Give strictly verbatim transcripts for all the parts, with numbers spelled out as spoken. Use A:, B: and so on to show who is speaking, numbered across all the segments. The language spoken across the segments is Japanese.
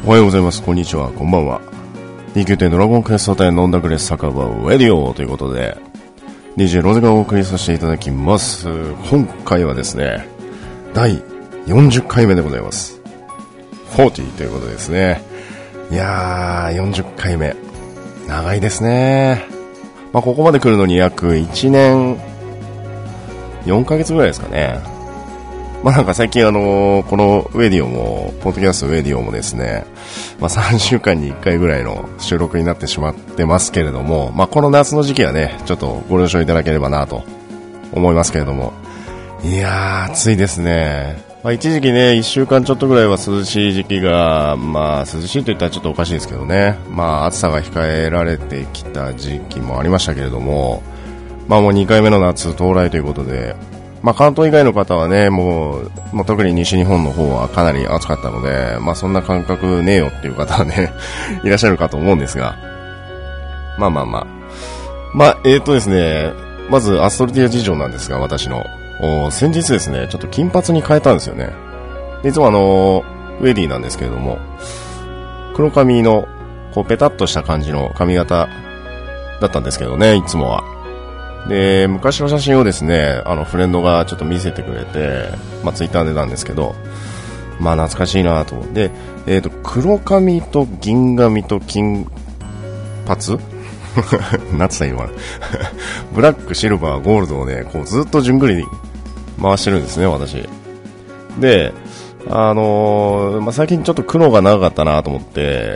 A: おはようございます。こんにちは。こんばんは。ディーキューテン ドラゴンクエスト店ノンダグレス酒場ウェディオということで ディージェー ロゼがお送りさせていただきます。今回はですね、だいよんじゅっかいめでございます。よんじゅうということですね。いやー、よんじゅっかいめ長いですね。まあ、ここまで来るのに約いちねんよんかげつぐらいですかね。まあなんか最近あのー、このウェディオもポッドキャストウェディオもですね、まあさんしゅうかんにいっかいぐらいの収録になってしまってますけれども、まあこの夏の時期はねちょっとご了承いただければなと思いますけれども、いやー暑いですね。まあ一時期ねいっしゅうかんちょっとぐらいは涼しい時期が、まあ涼しいと言ったらちょっとおかしいですけどね、まあ暑さが控えられてきた時期もありましたけれども、まあもうにかいめの夏到来ということで、まあ、関東以外の方はね、もう、もう特に西日本の方はかなり暑かったので、まあそんな感覚ねえよっていう方はね、いらっしゃるかと思うんですが、まあまあまあ。まあ、えーとですね、まずアストルティア事情なんですが、私の。先日ですね、ちょっと金髪に変えたんですよね。いつもあの、ウェディなんですけれども、黒髪の、こうペタッとした感じの髪型だったんですけどね、いつもは。で、昔の写真をですね、あのフレンドがちょっと見せてくれて、まあツイッターでなんですけど、まあ懐かしいなと思って、えっと、黒髪と銀髪と金髪なんつったらいいのかなブラック、シルバー、ゴールドをね、こうずっと順繰り回してるんですね、私。で、あのー、まあ、最近ちょっと黒が長かったなと思って、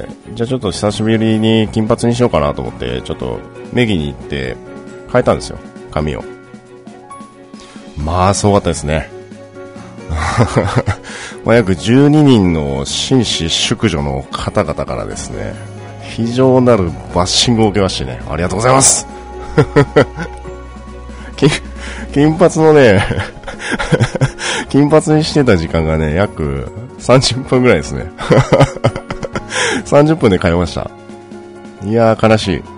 A: じゃあちょっと久しぶりに金髪にしようかなと思って、ちょっとメギに行って、変えたんですよ、髪を。まあすごかったですねまあ約じゅうににんの紳士淑女の方々からですね、非常なるバッシングを受けましてね、ありがとうございます金, 金髪のね金髪にしてた時間がね約さんじゅっぷんぐらいですねさんじゅっぷんで変えました。いやー悲しい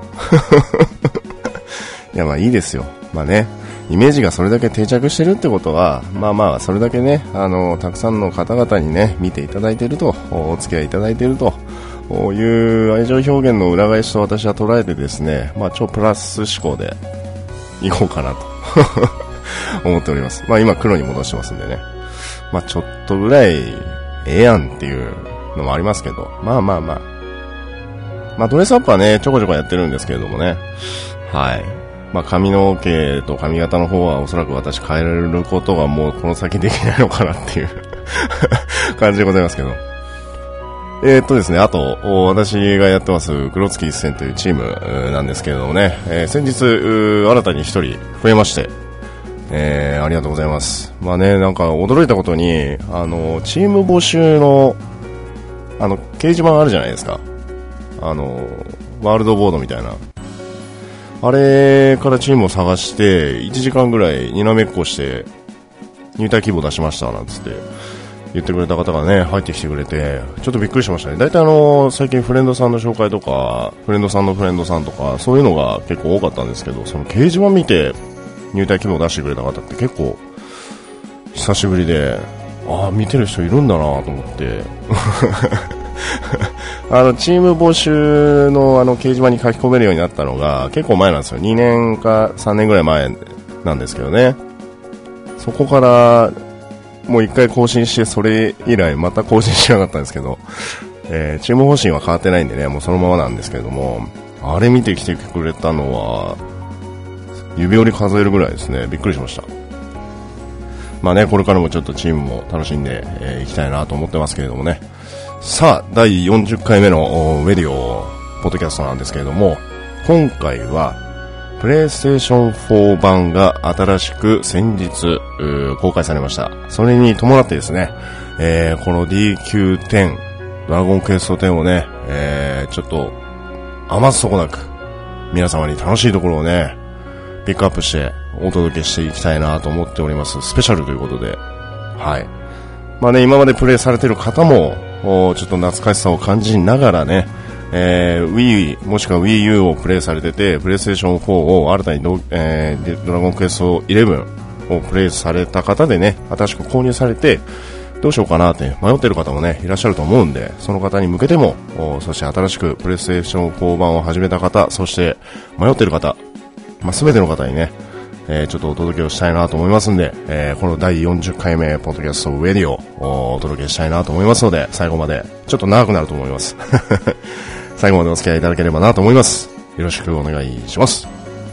A: いやまあいいですよ。まあね、イメージがそれだけ定着してるってことは、まあまあそれだけね、あのたくさんの方々にね見ていただいていると、お付き合いいただいているという愛情表現の裏返しと私は捉えてですね、まあ超プラス思考でいこうかなと思っております。まあ今黒に戻してますんでね、まあちょっとぐらいええやんっていうのもありますけど、まあまあまあまあドレスアップはねちょこちょこやってるんですけれどもね、はい。まあ、髪の毛と髪型の方はおそらく私変えられることがもうこの先できないのかなっていう感じでございますけど。えーっとですね、あと、私がやってます黒月一戦というチームなんですけれどもね、えー、先日、新たに一人増えまして、えー、ありがとうございます。まあね、なんか驚いたことに、あの、チーム募集の、あの、掲示板あるじゃないですか。あの、ワールドボードみたいな。あれからチームを探していちじかんぐらいにらめっこして入隊希望出しましたなんつって言ってくれた方がね入ってきてくれて、ちょっとびっくりしましたね。だいたいあの最近フレンドさんの紹介とかフレンドさんのフレンドさんとかそういうのが結構多かったんですけど、その掲示板見て入隊希望出してくれた方って結構久しぶりで、ああ見てる人いるんだなと思ってあのチーム募集のあの掲示板に書き込めるようになったのが結構前なんですよ。にねんかさんねんぐらい前なんですけどね。そこからもう一回更新して、それ以来また更新しなかったんですけど、えー、チーム方針は変わってないんでね、もうそのままなんですけれども、あれ見てきてくれたのは指折り数えるぐらいですね。びっくりしました。まあね、これからもちょっとチームも楽しんでい、えー、きたいなと思ってますけれどもね。さあだいよんじゅっかいめのウェディオポッドキャストなんですけれども、今回はプレイステーションフォー版が新しく先日公開されました。それに伴ってですね、えー、この ディーキューテン ドラゴンクエストテンをね、えー、ちょっと余すとこなく皆様に楽しいところをねピックアップしてお届けしていきたいなと思っております。スペシャルということで、はい。まあね、今までプレイされている方もちょっと懐かしさを感じながらね、えー、Wii もしくは Wii U をプレイされてて、プレイステーションフォーを新たにド、えー、ドラゴンクエストイレブンをプレイされた方でね、新しく購入されてどうしようかなって迷ってる方もね、いらっしゃると思うんで、その方に向けても、そして新しくプレイステーションフォー版を始めた方、そして迷ってる方、まあ、全ての方にね、えー、ちょっとお届けをしたいなと思いますんで、えー、このだいよんじゅっかいめポッドキャストウェディオをお届けしたいなと思いますので、最後までちょっと長くなると思います最後までお付き合いいただければなと思います。よろしくお願いします。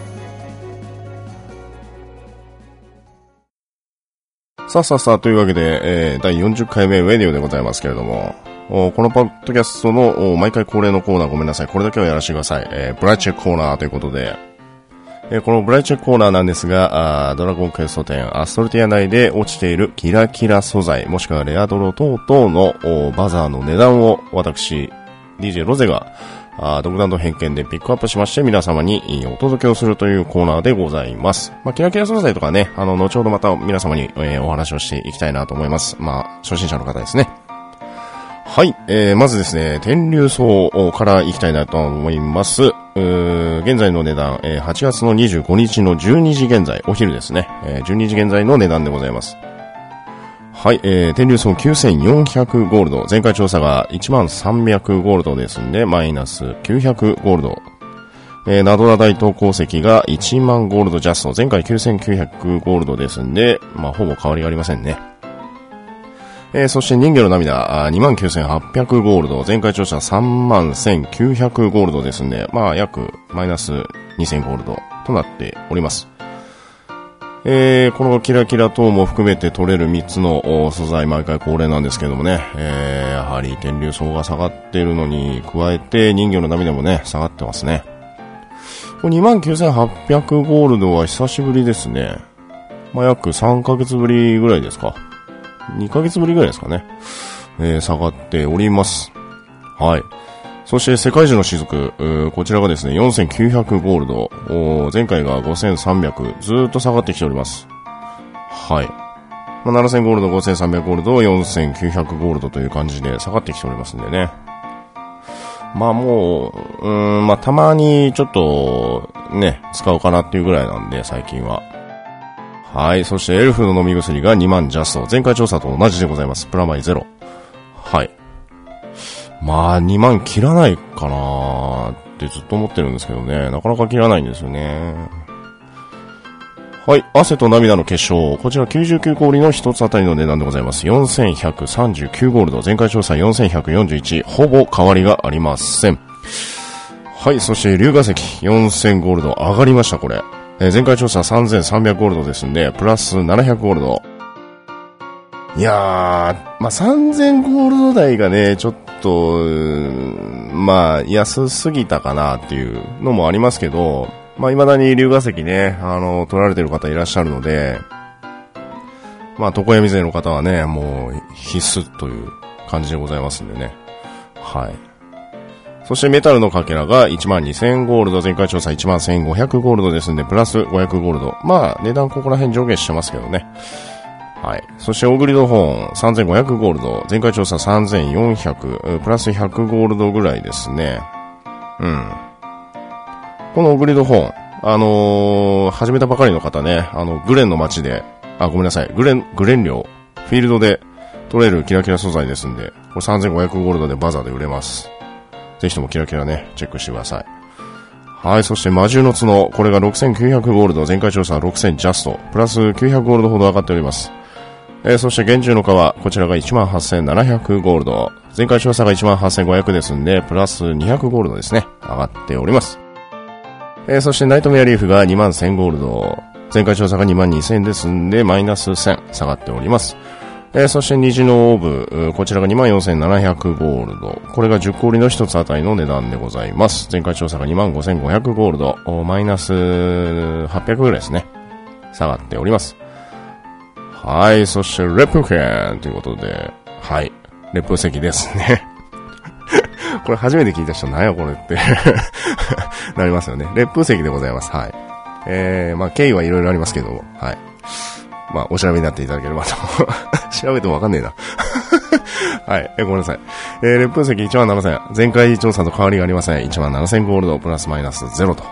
A: さあさあさあというわけで、えー、だいよんじゅっかいめウェディオでございますけれども、このポッドキャストの毎回恒例のコーナー、ごめんなさい、これだけはやらせてください。えー、ブライチェックコーナーということで、えー、このブライチェックコーナーなんですが、あドラゴンクエストテンアストルティア内で落ちているキラキラ素材、もしくはレアドロ等々のバザーの値段を私、ディージェー ロゼがあ独断と偏見でピックアップしまして皆様にお届けをするというコーナーでございます。まあ、キラキラ素材とかね、あの、後ほどまた皆様に、えー、お話をしていきたいなと思います。まあ、初心者の方ですね。はい、えー、まずですね、天竜層からいきたいなと思います。うー現在の値段、えー、はちがつのにじゅうごにちのじゅうにじ現在、お昼ですね、えー、じゅうにじ現在の値段でございます。はい、えー、天竜層きゅうせんよんひゃくゴールド。前回調査がいちまんさんびゃくゴールドですんで、マイナスきゅうひゃくゴールド。えー、ナドラ大東鉱石がいちまんゴールドジャスト。前回きゅうせんきゅうひゃくゴールドですんで、まあ、ほぼ変わりがありませんね。えー、そして人魚の涙、にまんきゅうせんはっぴゃくゴールド。前回調査さんまんせんきゅうひゃくゴールドですんで、まあ、約マイナスにせんゴールドとなっております。えー、このキラキラ等も含めて取れるみっつの素材、毎回恒例なんですけどもね、えー、やはり天竜層が下がっているのに加えて人魚の涙もね、下がってますね。にまんきゅうせんはっぴゃくゴールドは久しぶりですね。まあ、約さんかげつぶりぐらいですか。にかげつぶりぐらいですかね。えー、下がっております。はい。そして世界中の雫、こちらがですね、よんせんきゅうひゃくゴールド、前回がごせんさんびゃく、ずーっと下がってきております。はい。まあ、ななせんゴールド、ごせんさんびゃくゴールド、よんせんきゅうひゃくゴールドという感じで下がってきておりますんでね。まあもう、うーん、まあたまにちょっと、ね、使うかなっていうぐらいなんで、最近は。はい。そしてエルフの飲み薬がにまんジャスト。前回調査と同じでございます。プラマイゼロ。はい。まあ、にまん切らないかなーってずっと思ってるんですけどね。なかなか切らないんですよね。はい。汗と涙の結晶。こちらきゅうじゅうきゅう氷の一つあたりの値段でございます。よんせんひゃくさんじゅうきゅうゴールド。前回調査よんせんひゃくよんじゅういち。ほぼ変わりがありません。はい。そして、龍河石。よんせんゴールド。上がりました、これ。えー、前回調査さんぜんさんびゃくゴールドですんで、プラスななひゃくゴールド。いやー、まあ、さんぜんゴールド台がね、ちょっと、まあ、安すぎたかなっていうのもありますけど、まあ、未だに龍河石ね、あの、取られてる方いらっしゃるので、まあ、床闇勢の方はね、もう必須という感じでございますんでね。はい。そしてメタルのかけらがいちまんにせんゴールド、前回調査いちまんせんごひゃくゴールドですんで、プラスごひゃくゴールド。まあ、値段ここら辺上下してますけどね。はい。そして、オーグリドホーン、さんぜんごひゃくゴールド。前回調査さんぜんよんひゃく、プラスひゃくゴールドぐらいですね。うん。このオーグリドホーン、あのー、始めたばかりの方ね、あの、グレンの街で、あ、ごめんなさい、グレン、グレン寮、フィールドで取れるキラキラ素材ですんで、これさんぜんごひゃくゴールドでバザーで売れます。ぜひともキラキラね、チェックしてください。はい、そして魔獣の角、これがろくせんきゅうひゃくゴールド、前回調査はろくせんジャスト、プラスきゅうひゃくゴールドほど上がっております。えー、そして幻獣の皮、こちらが いちまんはっせんななひゃくゴールド。前回調査が いちまんはっせんごひゃく ですんで、プラスにひゃくゴールドですね。上がっております。えー、そしてナイトメアリーフがにまんせんゴールド。前回調査がにまんにせんですんで、マイナスせん下がっております。えー、そして虹のオーブ、こちらが にまんよんせんななひゃくゴールド。これがじゅっ氷の一つあたりの値段でございます。前回調査が にまんごせんごひゃくゴールド。マイナスはっぴゃくぐらいですね。下がっております。はい、そしてレプケンということで、はい、レプ石ですね。これ初めて聞いた人なんやこれってなりますよね。レプ石でございます。はい。えー、まあ経緯はいろいろありますけども、はい。まあお調べになっていただければと。調べてもわかんねえな。はい、えー、ごめんなさい。えー、レプ石いちまんななせん。前回調査と変わりがありません。いちまんななせんゴールドプラスマイナスゼロと。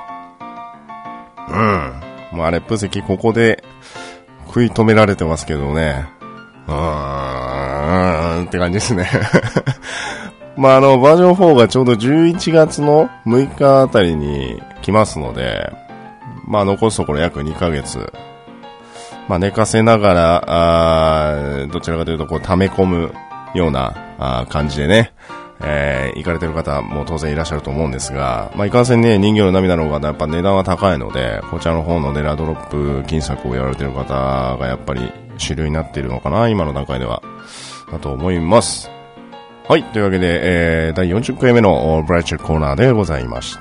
A: うん。まあレプ石ここで、食い止められてますけどね。 うーんって感じですね。まあ、あの、バージョンフォーがちょうどじゅういちがつのむいかあたりに来ますので、まあ、残すところ約にかげつ。まあ、寝かせながら、あどちらかというと、こう、溜め込むようなあ感じでね、えー、行かれてる方も当然いらっしゃると思うんですが、まあ、いかんせんね、人魚の涙の方がやっぱ値段は高いので、こちらの方のネラドロップ金策をやられてる方がやっぱり主流になっているのかな、今の段階では。だと思います。はい、というわけで、えー、だいよんじゅっかいめのブライチェックコーナーでございました。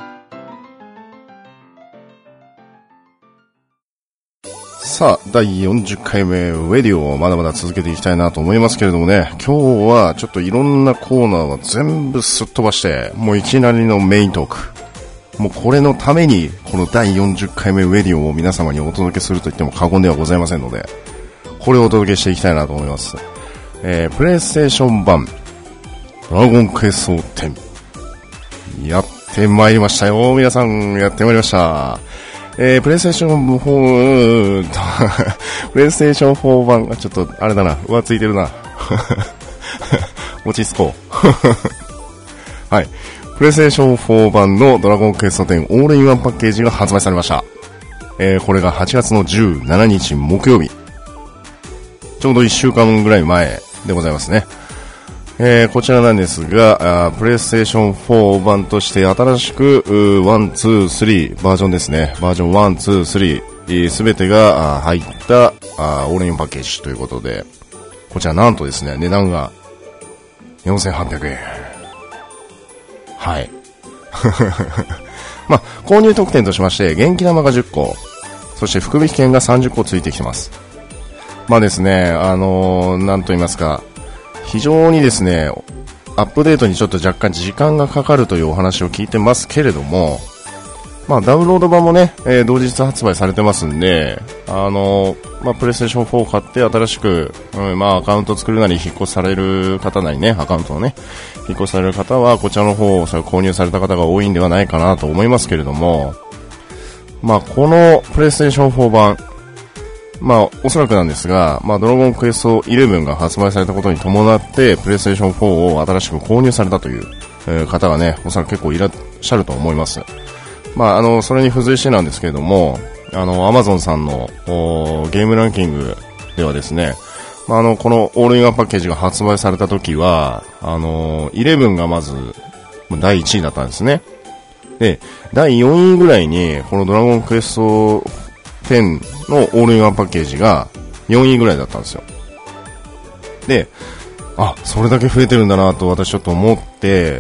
A: さあ、だいよんじゅっかいめウェディオをまだまだ続けていきたいなと思いますけれどもね、今日はちょっといろんなコーナーは全部すっ飛ばして、もういきなりのメイントーク。もうこれのために、このだいよんじゅっかいめウェディオを皆様にお届けすると言っても過言ではございませんので、これをお届けしていきたいなと思います。えー、プレイステーション版、ドラゴンクエストテン。やってまいりましたよ。皆さん、やってまいりました。えー、プレイステーションフォー、プレイステーションフォー版、ちょっと、あれだな、浮ついてるな。落ち着こう。はい。プレイステーションフォー版のドラゴンクエストテンオールインワンパッケージが発売されました。えー、これがはちがつのじゅうしちにち木曜日。ちょうどいっしゅうかんぐらい前でございますね。えー、こちらなんですが、プレイステーションフォー版として新しく、ワン、ツー、スリーバージョンですね。バージョンワン、ツー、スリー、すべてが入ったあオールインパッケージということで、こちらなんとですね、値段がよんせんはっぴゃくえん。はい。まあ、購入特典としまして、元気玉がじゅっこ、そして福引券がさんじゅっこついてきてます。まあですね、あのー、なんと言いますか、非常にですね、アップデートにちょっと若干時間がかかるというお話を聞いてますけれども、まあダウンロード版もね、えー、同日発売されてますんで、あのー、まあプレイステーションフォーを買って新しく、うん、まあアカウント作るなり引っ越しされる方なりね、アカウントをね、引っ越しされる方はこちらの方を購入された方が多いんではないかなと思いますけれども、まあこのプレイステーションフォー版、まあ、おそらくなんですが、まあ、ドラゴンクエストイレブンが発売されたことに伴って、プレイステーションフォーを新しく購入されたという、えー、方がね、おそらく結構いらっしゃると思います。まあ、あの、それに付随してなんですけれども、あの、アマゾンさんのゲームランキングではですね、まあ、あの、このオールインワンパッケージが発売された時は、あの、イレブンがまず、だいいちいだったんですね。で、だいよんいぐらいに、このドラゴンクエストテンのオールインワンパッケージがよんいぐらいだったんですよ。で、あ、それだけ増えてるんだなと私ちょっと思って、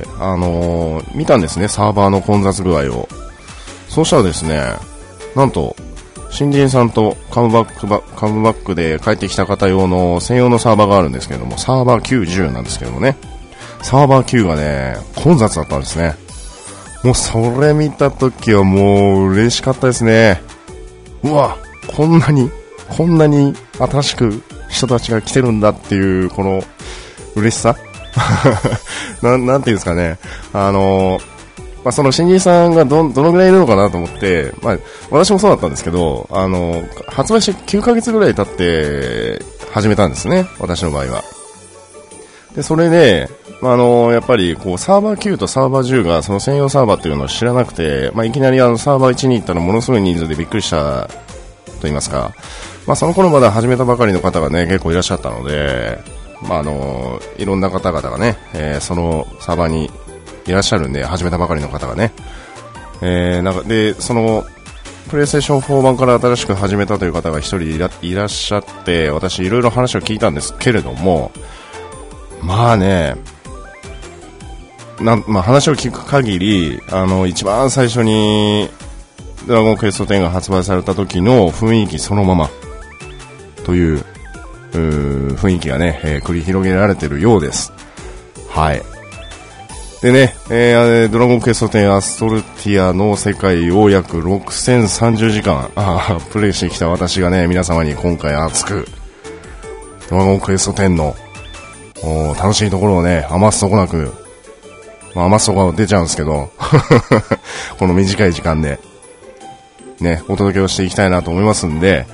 A: あのー、見たんですね、サーバーの混雑具合を。そうしたらですね、なんと、新人さんとカムバックバ、カムバックで帰ってきた方用の専用のサーバーがあるんですけれども、サーバーきゅうじゅうなんですけどもね、サーバーきゅうがね、混雑だったんですね。もうそれ見たときはもう嬉しかったですね。うわ、こんなに、こんなに新しく人たちが来てるんだっていう、この嬉しさな, なんていうんですかね。あの、まあ、その新人さんがど、どのぐらいいるのかなと思って、まあ、私もそうだったんですけど、あの、発売してきゅうかげつぐらい経って始めたんですね。私の場合は。で、それで、まあ、あの、やっぱり、こう、サーバーきゅうとサーバーじゅうが、その専用サーバーっていうのを知らなくて、まあ、いきなりあの、サーバーいちに行ったらものすごい人数でびっくりしたと言いますか、まあ、その頃まだ始めたばかりの方がね、結構いらっしゃったので、まあ、あの、いろんな方々がね、えー、そのサーバーにいらっしゃるんで、始めたばかりの方がね、えー、なんか、で、その、プレイステーションフォー版から新しく始めたという方が一人い ら, いらっしゃって、私いろいろ話を聞いたんですけれども、まあね、なまあ、話を聞く限り、あの、一番最初に、ドラゴンクエストテンが発売された時の雰囲気そのまま、という、う雰囲気がね、えー、繰り広げられているようです。はい。でね、えー、ドラゴンクエストテンアストルティアの世界を約ろくせんさんじゅうじかん、あプレイしてきた私がね、皆様に今回熱く、ドラゴンクエストテンの、楽しいところをね、余すとこなく、まあ、余すとこが出ちゃうんですけどこの短い時間でね、お届けをしていきたいなと思いますんで、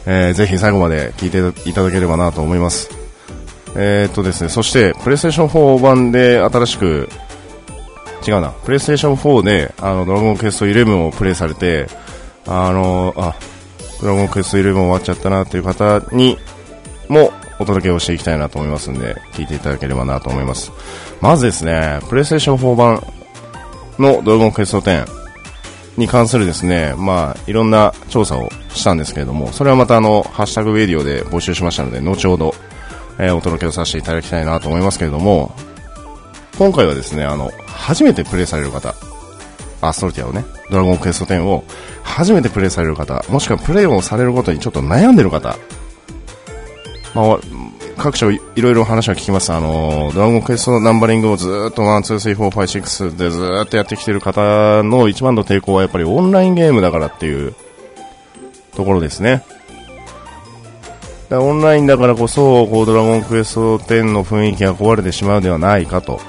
A: えー、ぜひ最後まで聞いていただければなと思います。えーっとですね、そしてプレイステーションフォー版で新しく違うなプレイステーションフォーであのドラゴンクエストイレブンをプレイされて、あのあドラゴンクエストイレブン終わっちゃったなっていう方にもお届けをしていきたいなと思いますんで、聞いていただければなと思います。まずですね、プレイステーションフォー版のドラゴンクエストテンに関するですね、まあいろんな調査をしたんですけれども、それはまたあのハッシュタグウェディオで募集しましたので、後ほど、えー、お届けをさせていただきたいなと思いますけれども、今回はですね、あの初めてプレイされる方、アストルティアをね、ドラゴンクエストテンを初めてプレイされる方、もしくはプレイをされることにちょっと悩んでる方、まあ、各所いろいろ話は聞きます。あのドラゴンクエストナンバリングをずーっとワン、ツー、スリー、フォー、ファイブ、シックスでずーっとやってきてる方の一番の抵抗はやっぱりオンラインゲームだからっていうところですね。だからオンラインだからこそこうドラゴンクエストテンの雰囲気が壊れてしまうではないかと、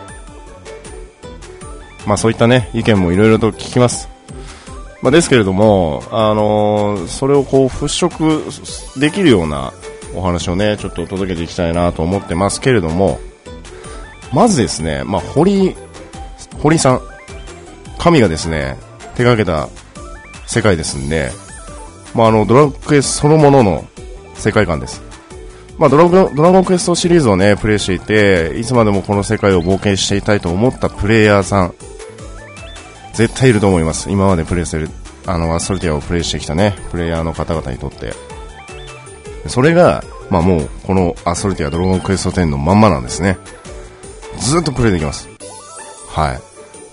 A: まあそういったね意見もいろいろと聞きます。まあ、ですけれども、あのー、それをこう払拭できるようなお話をねちょっと届けていきたいなと思ってますけれども、まずですね、まあ、堀堀さん神がですね手掛けた世界ですんで、まあ、あのドラゴンクエストそのものの世界観です。まあ、ドラゴンドラゴンクエストシリーズをねプレイしていて、いつまでもこの世界を冒険していたいと思ったプレイヤーさん絶対いると思います。今までプレイしてるあのアストルティアをプレイしてきたねプレイヤーの方々にとって、それが、まあ、もうこのアストルティアドラゴンクエストテンのまんまなんですね。ずっとプレイできます。はい。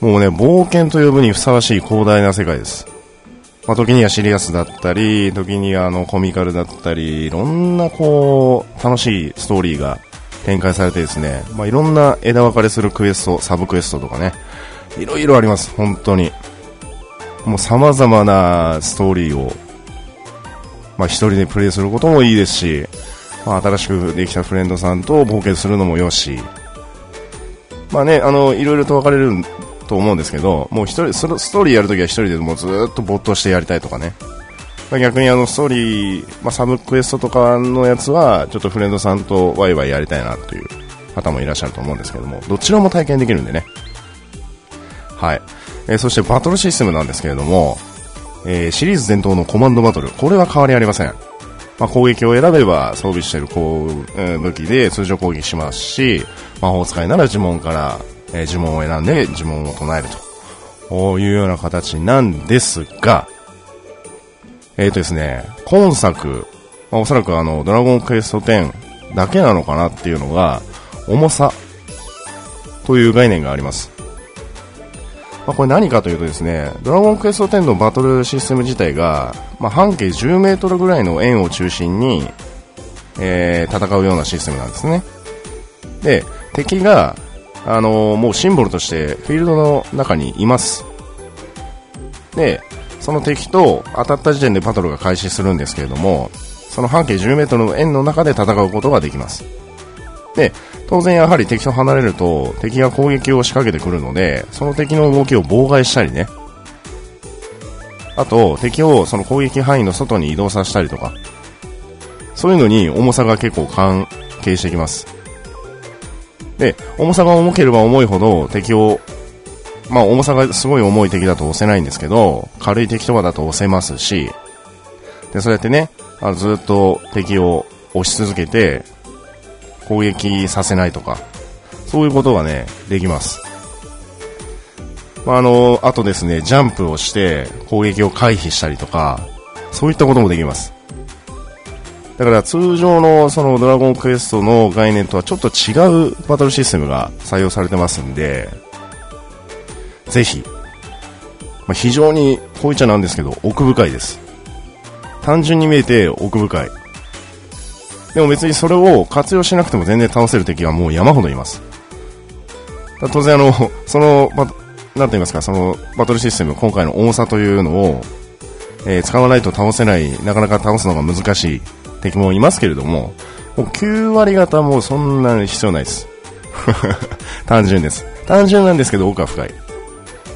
A: もうね冒険と呼ぶにふさわしい広大な世界です。まあ、時にはシリアスだったり、時にはあのコミカルだったり、いろんなこう楽しいストーリーが展開されてですね、まあ、いろんな枝分かれするクエスト、サブクエストとかね、いろいろあります。本当にもう様々なストーリーをまあ、一人でプレイすることもいいですし、まあ、新しくできたフレンドさんと冒険するのもよし、まあね、あのいろいろと分かれると思うんですけど、もう一人ストーリーやるときは一人でもうずっと没頭してやりたいとかね、まあ、逆にあのストーリー、まあ、サブクエストとかのやつはちょっとフレンドさんとワイワイやりたいなという方もいらっしゃると思うんですけども、どちらも体験できるんでね。はい、えー、そしてバトルシステムなんですけれども、えー、シリーズ伝統のコマンドバトル、これは変わりありません。まあ、攻撃を選べば装備しているこう、えー、武器で通常攻撃しますし、魔法使いなら呪文から、えー、呪文を選んで呪文を唱えるというような形なんですが、えーとですね、今作、まあ、おそらくあのドラゴンクエストテンだけなのかなっていうのが重さという概念があります。まあ、これ何かというとですね、ドラゴンクエストテンのバトルシステム自体が、まあ、半径じゅうメートルぐらいの円を中心に、えー、戦うようなシステムなんですね。で、敵が、あのー、もうシンボルとしてフィールドの中にいます。で、その敵と当たった時点でバトルが開始するんですけれども、その半径じゅうメートルの円の中で戦うことができます。で、当然やはり敵と離れると敵が攻撃を仕掛けてくるので、その敵の動きを妨害したりね、あと敵をその攻撃範囲の外に移動させたりとか、そういうのに重さが結構関係してきます。で、重さが重ければ重いほど敵を、まあ重さがすごい重い敵だと押せないんですけど、軽い敵とかだと押せますし、でそうやってね、あのずっと敵を押し続けて攻撃させないとか、そういうことがねできます。まあ、あのあとですね、ジャンプをして攻撃を回避したりとか、そういったこともできます。だから通常のそのドラゴンクエストの概念とはちょっと違うバトルシステムが採用されてますんで、ぜひ、まあ、非常にこう言っちゃなんですけど奥深いです。単純に見えて奥深い。でも別にそれを活用しなくても全然倒せる敵はもう山ほどいます。だ当然あのそのなんて言いますか、そのバトルシステム、今回の重さというのを、えー、使わないと倒せない、なかなか倒すのが難しい敵もいますけれども、もうきゅう割方もうそんなに必要ないです単純です。単純なんですけど奥は深い。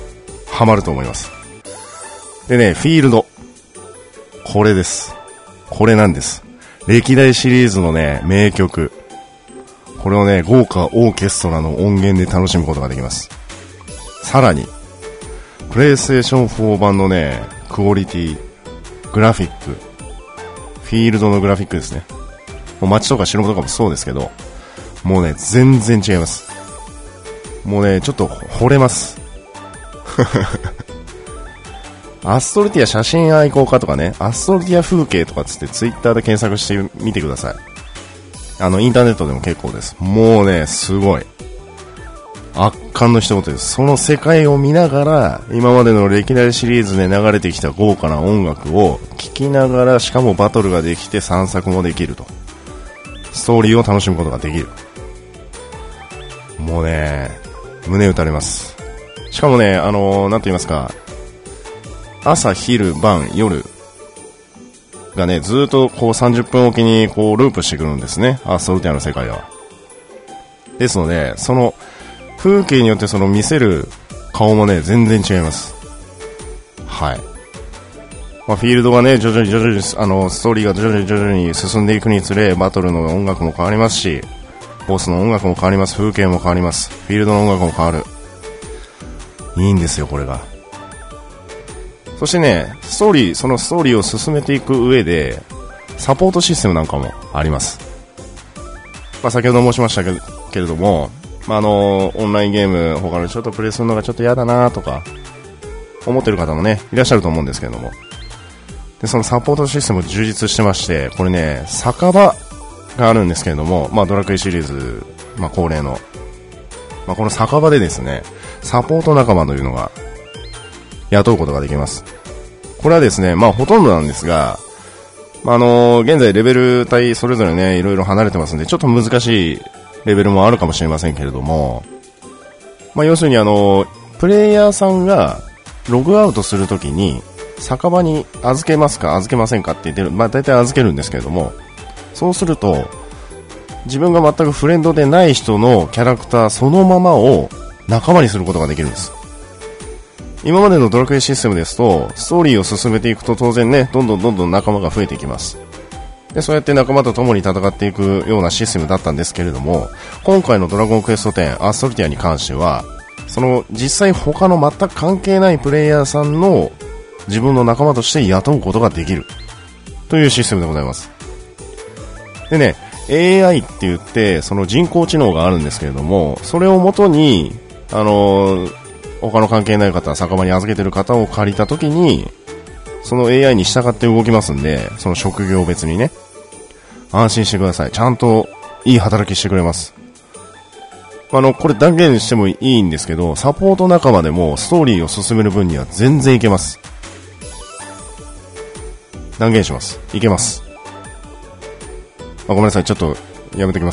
A: ハマると思います。でね、フィールド、これです。 これなんです。歴代シリーズのね、名曲。これをね、豪華オーケストラの音源で楽しむことができます。さらに、プレイステーションフォー版のね、クオリティ、グラフィック、フィールドのグラフィックですね。もう街とか城とかもそうですけど、もうね、全然違います。もうね、ちょっと惚れます。アストルティア写真愛好家とかね、アストルティア風景とかつってツイッターで検索してみてください。あの、インターネットでも結構です。もうね、すごい。圧巻の一言です。その世界を見ながら、今までの歴代シリーズで流れてきた豪華な音楽を聴きながら、しかもバトルができて散策もできると。ストーリーを楽しむことができる。もうね、胸打たれます。しかもね、あのー、なんと言いますか、朝、昼、晩、夜がね、ずーっとこうさんじゅっぷんおきにこうループしてくるんですね。アストルティアの世界では。ですので、その風景によってその見せる顔もね、全然違います。はい。まあ、フィールドがね、徐々に徐々に、あの、ストーリーが徐々に徐々に進んでいくにつれ、バトルの音楽も変わりますし、ボスの音楽も変わります。風景も変わります。フィールドの音楽も変わる。いいんですよ、これが。そしてね、ストーリー、そのストーリーを進めていく上で、サポートシステムなんかもあります。まあ、先ほど申しましたけれけれども、まあ、あの、オンラインゲーム、他のちょっとプレイするのがちょっと嫌だなとか、思ってる方もね、いらっしゃると思うんですけれども。で、そのサポートシステム充実してまして、これね、酒場があるんですけれども、まあ、ドラクエシリーズ、まあ、恒例の、まあ、この酒場でですね、サポート仲間というのが、雇うことができます。これはですね、まあ、ほとんどなんですが、まあ、あのー、現在レベル帯それぞれね、いろいろ離れてますんで、ちょっと難しいレベルもあるかもしれませんけれども、まあ、要するにあのー、プレイヤーさんがログアウトするときに、酒場に預けますか預けませんかって言ってる、まあ、大体預けるんですけれども、そうすると自分が全くフレンドでない人のキャラクターそのままを仲間にすることができるんです。今までのドラクエシステムですと、ストーリーを進めていくと当然ね、どんどんどんどん仲間が増えていきます。で、そうやって仲間と共に戦っていくようなシステムだったんですけれども、今回のドラゴンクエストテンアストルティアに関しては、その実際他の全く関係ないプレイヤーさんの自分の仲間として雇うことができるというシステムでございます。でね、エーアイ って言ってその人工知能があるんですけれども、それをもとにあのー、他の関係ない方、酒場に預けてる方を借りたときに、その エーアイ に従って動きますんで、その職業別にね、安心してください。ちゃんといい働きしてくれます。あの、これ断言してもいいんですけど、サポート仲間でもストーリーを進める分には全然いけます。断言します。いけます。あ、ごめんなさい。ちょっとやめてきます。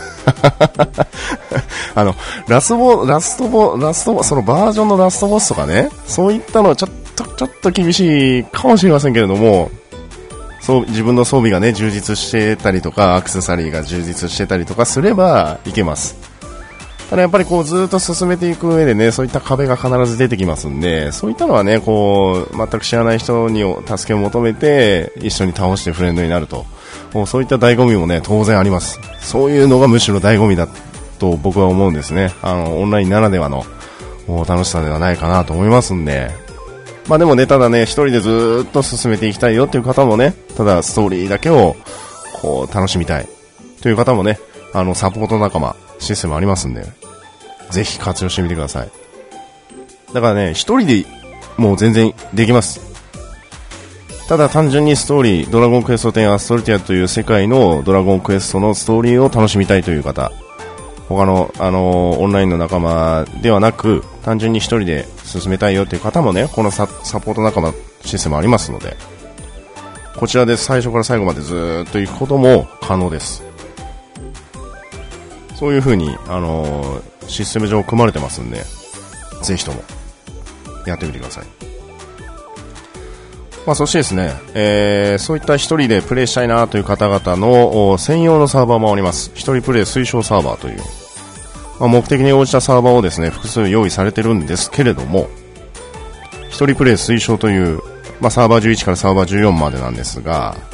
A: あの、ラスボ、ラストボ、ラストボ、そのバージョンのラストボスとかね、そういったのはちょっと、ちょっと厳しいかもしれませんけれども、そう、自分の装備がね、充実してたりとか、アクセサリーが充実してたりとかすればいけます。ただやっぱりこうずっと進めていく上でね、そういった壁が必ず出てきますんで、そういったのはね、こう、全く知らない人に助けを求めて、一緒に倒してフレンドになると。そういった醍醐味もね、当然あります。そういうのがむしろ醍醐味だと僕は思うんですね。あの、オンラインならではの楽しさではないかなと思いますんで。まあでもね、ただね、一人でずーっと進めていきたいよっていう方もね、ただストーリーだけをこう楽しみたいという方もね、あの、サポート仲間、システムありますんで、ぜひ活用してみてください。だからね、一人でもう全然できます。ただ単純にストーリー、ドラゴンクエストテンアストルティアという世界のドラゴンクエストのストーリーを楽しみたいという方、他の、あのー、オンラインの仲間ではなく、単純に一人で進めたいよという方もね、この サ, サポート仲間システムありますので、こちらで最初から最後までずーっと行くことも可能です。そういう風に、あのー、システム上組まれてますんで、ぜひともやってみてください。まあ、そしてですね、えー、そういった一人でプレイしたいなという方々の専用のサーバーもあります。一人プレイ推奨サーバーという、まあ、目的に応じたサーバーをですね、複数用意されてるんですけれども、一人プレイ推奨という、まあ、サーバーじゅういちからサーバーじゅうよんまでなんですが、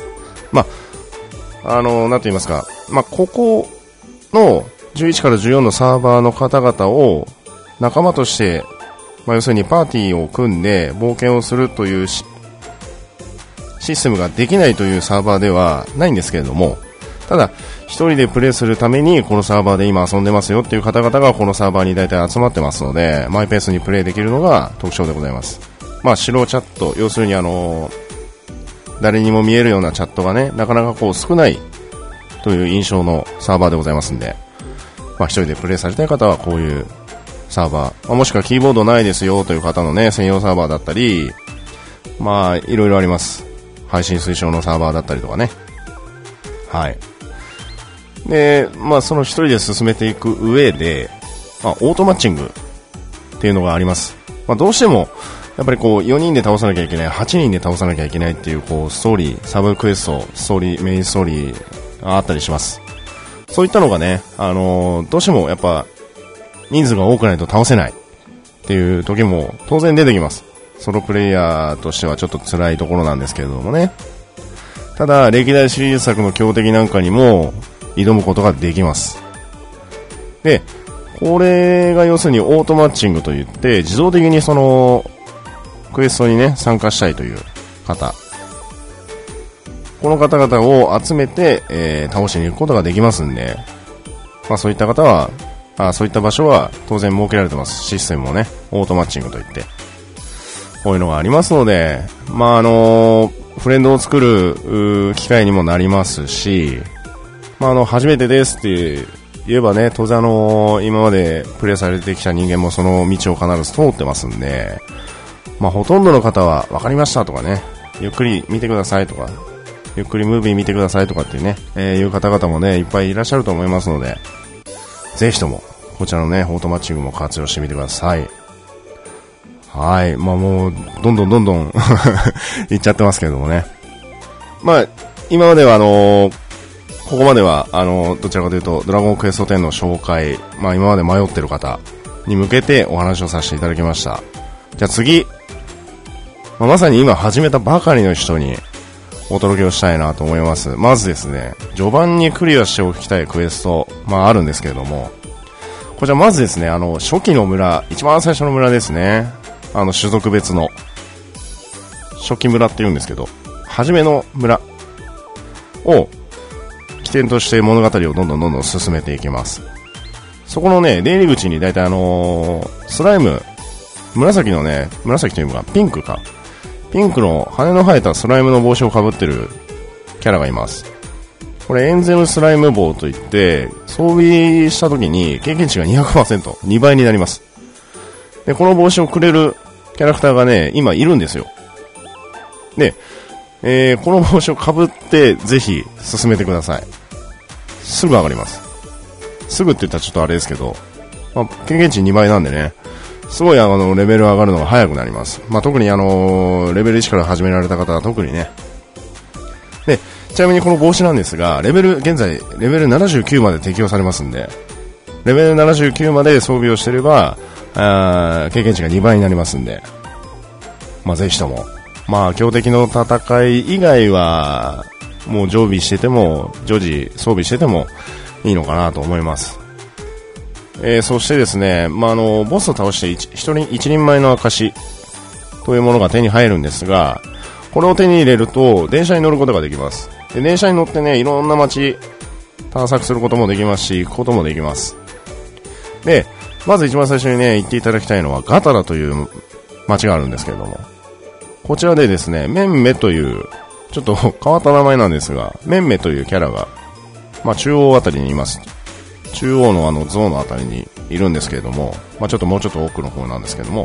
A: まあ、あの、なんと言いますか、まあ、ここのじゅういちからじゅうよんのサーバーの方々を仲間として、まあ、要するにパーティーを組んで冒険をするというシステムができないというサーバーではないんですけれども、ただ一人でプレイするためにこのサーバーで今遊んでますよっていう方々がこのサーバーに大体集まってますので、マイペースにプレイできるのが特徴でございます。まあ、白チャット、要するにあの誰にも見えるようなチャットがね、なかなかこう少ないという印象のサーバーでございますんで、まあ、一人でプレイされたい方はこういうサーバー、まあ、もしくはキーボードないですよという方のね、専用サーバーだったり、まあ、いろいろあります。配信推奨のサーバーだったりとかね。はい。で、まあ、その一人で進めていく上で、まあ、オートマッチングっていうのがあります。まあ、どうしても、やっぱりこう、よにんで倒さなきゃいけない、はちにんで倒さなきゃいけないっていう、こう、ストーリー、サブクエスト、ストーリー、メインストーリーがあったりします。そういったのがね、あのー、どうしてもやっぱ、人数が多くないと倒せないっていう時も当然出てきます。ソロプレイヤーとしてはちょっと辛いところなんですけれどもね。ただ歴代シリーズ作の強敵なんかにも挑むことができます。で、これが要するにオートマッチングといって自動的にそのクエストにね参加したいという方、この方々を集めて、えー、倒しに行くことができますんで、まあそういった方はあそういった場所は当然設けられてます。システムもね、オートマッチングといってこういうのがありますので、まああのー、フレンドを作る機会にもなりますし、まああの初めてですって言えばね、当然あのー、今までプレイされてきた人間もその道を必ず通ってますんで、まあほとんどの方は分かりましたとかね、ゆっくり見てくださいとか、ゆっくりムービー見てくださいとかっていうね、えー、いう方々もねいっぱいいらっしゃると思いますので、ぜひともこちらのねオートマッチングも活用してみてください。はい、まあもうどんどんどんどんいっちゃってますけれどもね。まあ今まではあのー、ここまではあのー、どちらかというとドラゴンクエストテンの紹介、まあ今まで迷ってる方に向けてお話をさせていただきました。じゃあ次、まあ、まさに今始めたばかりの人にお届けをしたいなと思います。まずですね、序盤にクリアしておきたいクエスト、まああるんですけれども、こちらまずですね、あの初期の村、一番最初の村ですね、あの種族別の初期村って言うんですけど、初めの村を起点として物語をどんどんどんどん進めていきます。そこのね出入り口に大体あのー、スライム、紫のね、紫というかピンクかピンクの羽の生えたスライムの帽子をかぶってるキャラがいます。これエンゼルスライム帽といって装備した時に経験値が にひゃくパーセント、にばいになります。でこの帽子をくれるキャラクターがね今いるんですよ。で、えー、この帽子をかぶってぜひ進めてください。すぐ上がります。すぐって言ったらちょっとあれですけど、まあ、経験値にばいなんでね、すごいあのレベル上がるのが早くなります。まあ、特にあのレベルいちから始められた方は特にね。でちなみにこの帽子なんですが、レベル現在レベルななじゅうきゅうまで適用されますんで、レベルななじゅうきゅうまで装備をしていればあ経験値がにばいになりますんで、まあ、ぜひとも、まあ、強敵の戦い以外はもう常備してても常時装備しててもいいのかなと思います。えー、そしてですね、まあ、あのボスを倒して一人一人前の証というものが手に入るんですが、これを手に入れると電車に乗ることができます。で電車に乗ってねいろんな街探索することもできますし行くこともできます。でまず一番最初にね行っていただきたいのはガタラという街があるんですけれども、こちらでですねメンメというちょっと変わった名前なんですが、メンメというキャラが、まあ、中央あたりにいます。中央のあの像のあたりにいるんですけれども、まあ、ちょっともうちょっと奥の方なんですけども、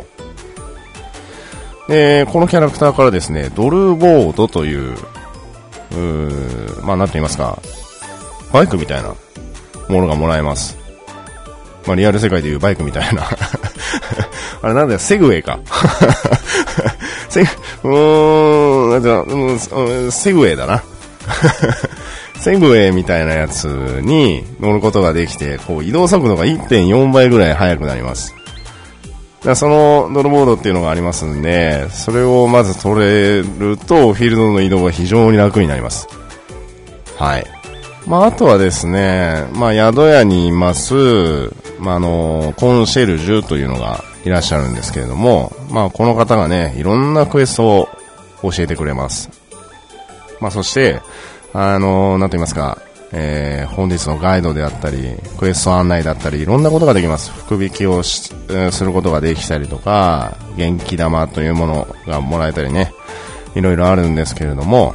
A: でこのキャラクターからですねドルボードという、うーまあなんて言いますか、バイクみたいなものがもらえます。まあリアル世界でいうバイクみたいなあれなんだよ、セグウェイかセグうーんなんだうんセグウェイだなセグウェイみたいなやつに乗ることができて、こう移動速度が いってんよんばいぐらい速くなります。だからそのドルボードっていうのがありますんで、それをまず取れるとフィールドの移動が非常に楽になります。 はい。まあ、あとはですね、まあ、宿屋にいます、まあ、あの、コンシェルジュというのがいらっしゃるんですけれども、まあ、この方がね、いろんなクエストを教えてくれます。まあ、そして、あの、なんと言いますか、えー、本日のガイドであったり、クエスト案内だったり、いろんなことができます。福引きをし、えー、することができたりとか、元気玉というものがもらえたりね、いろいろあるんですけれども、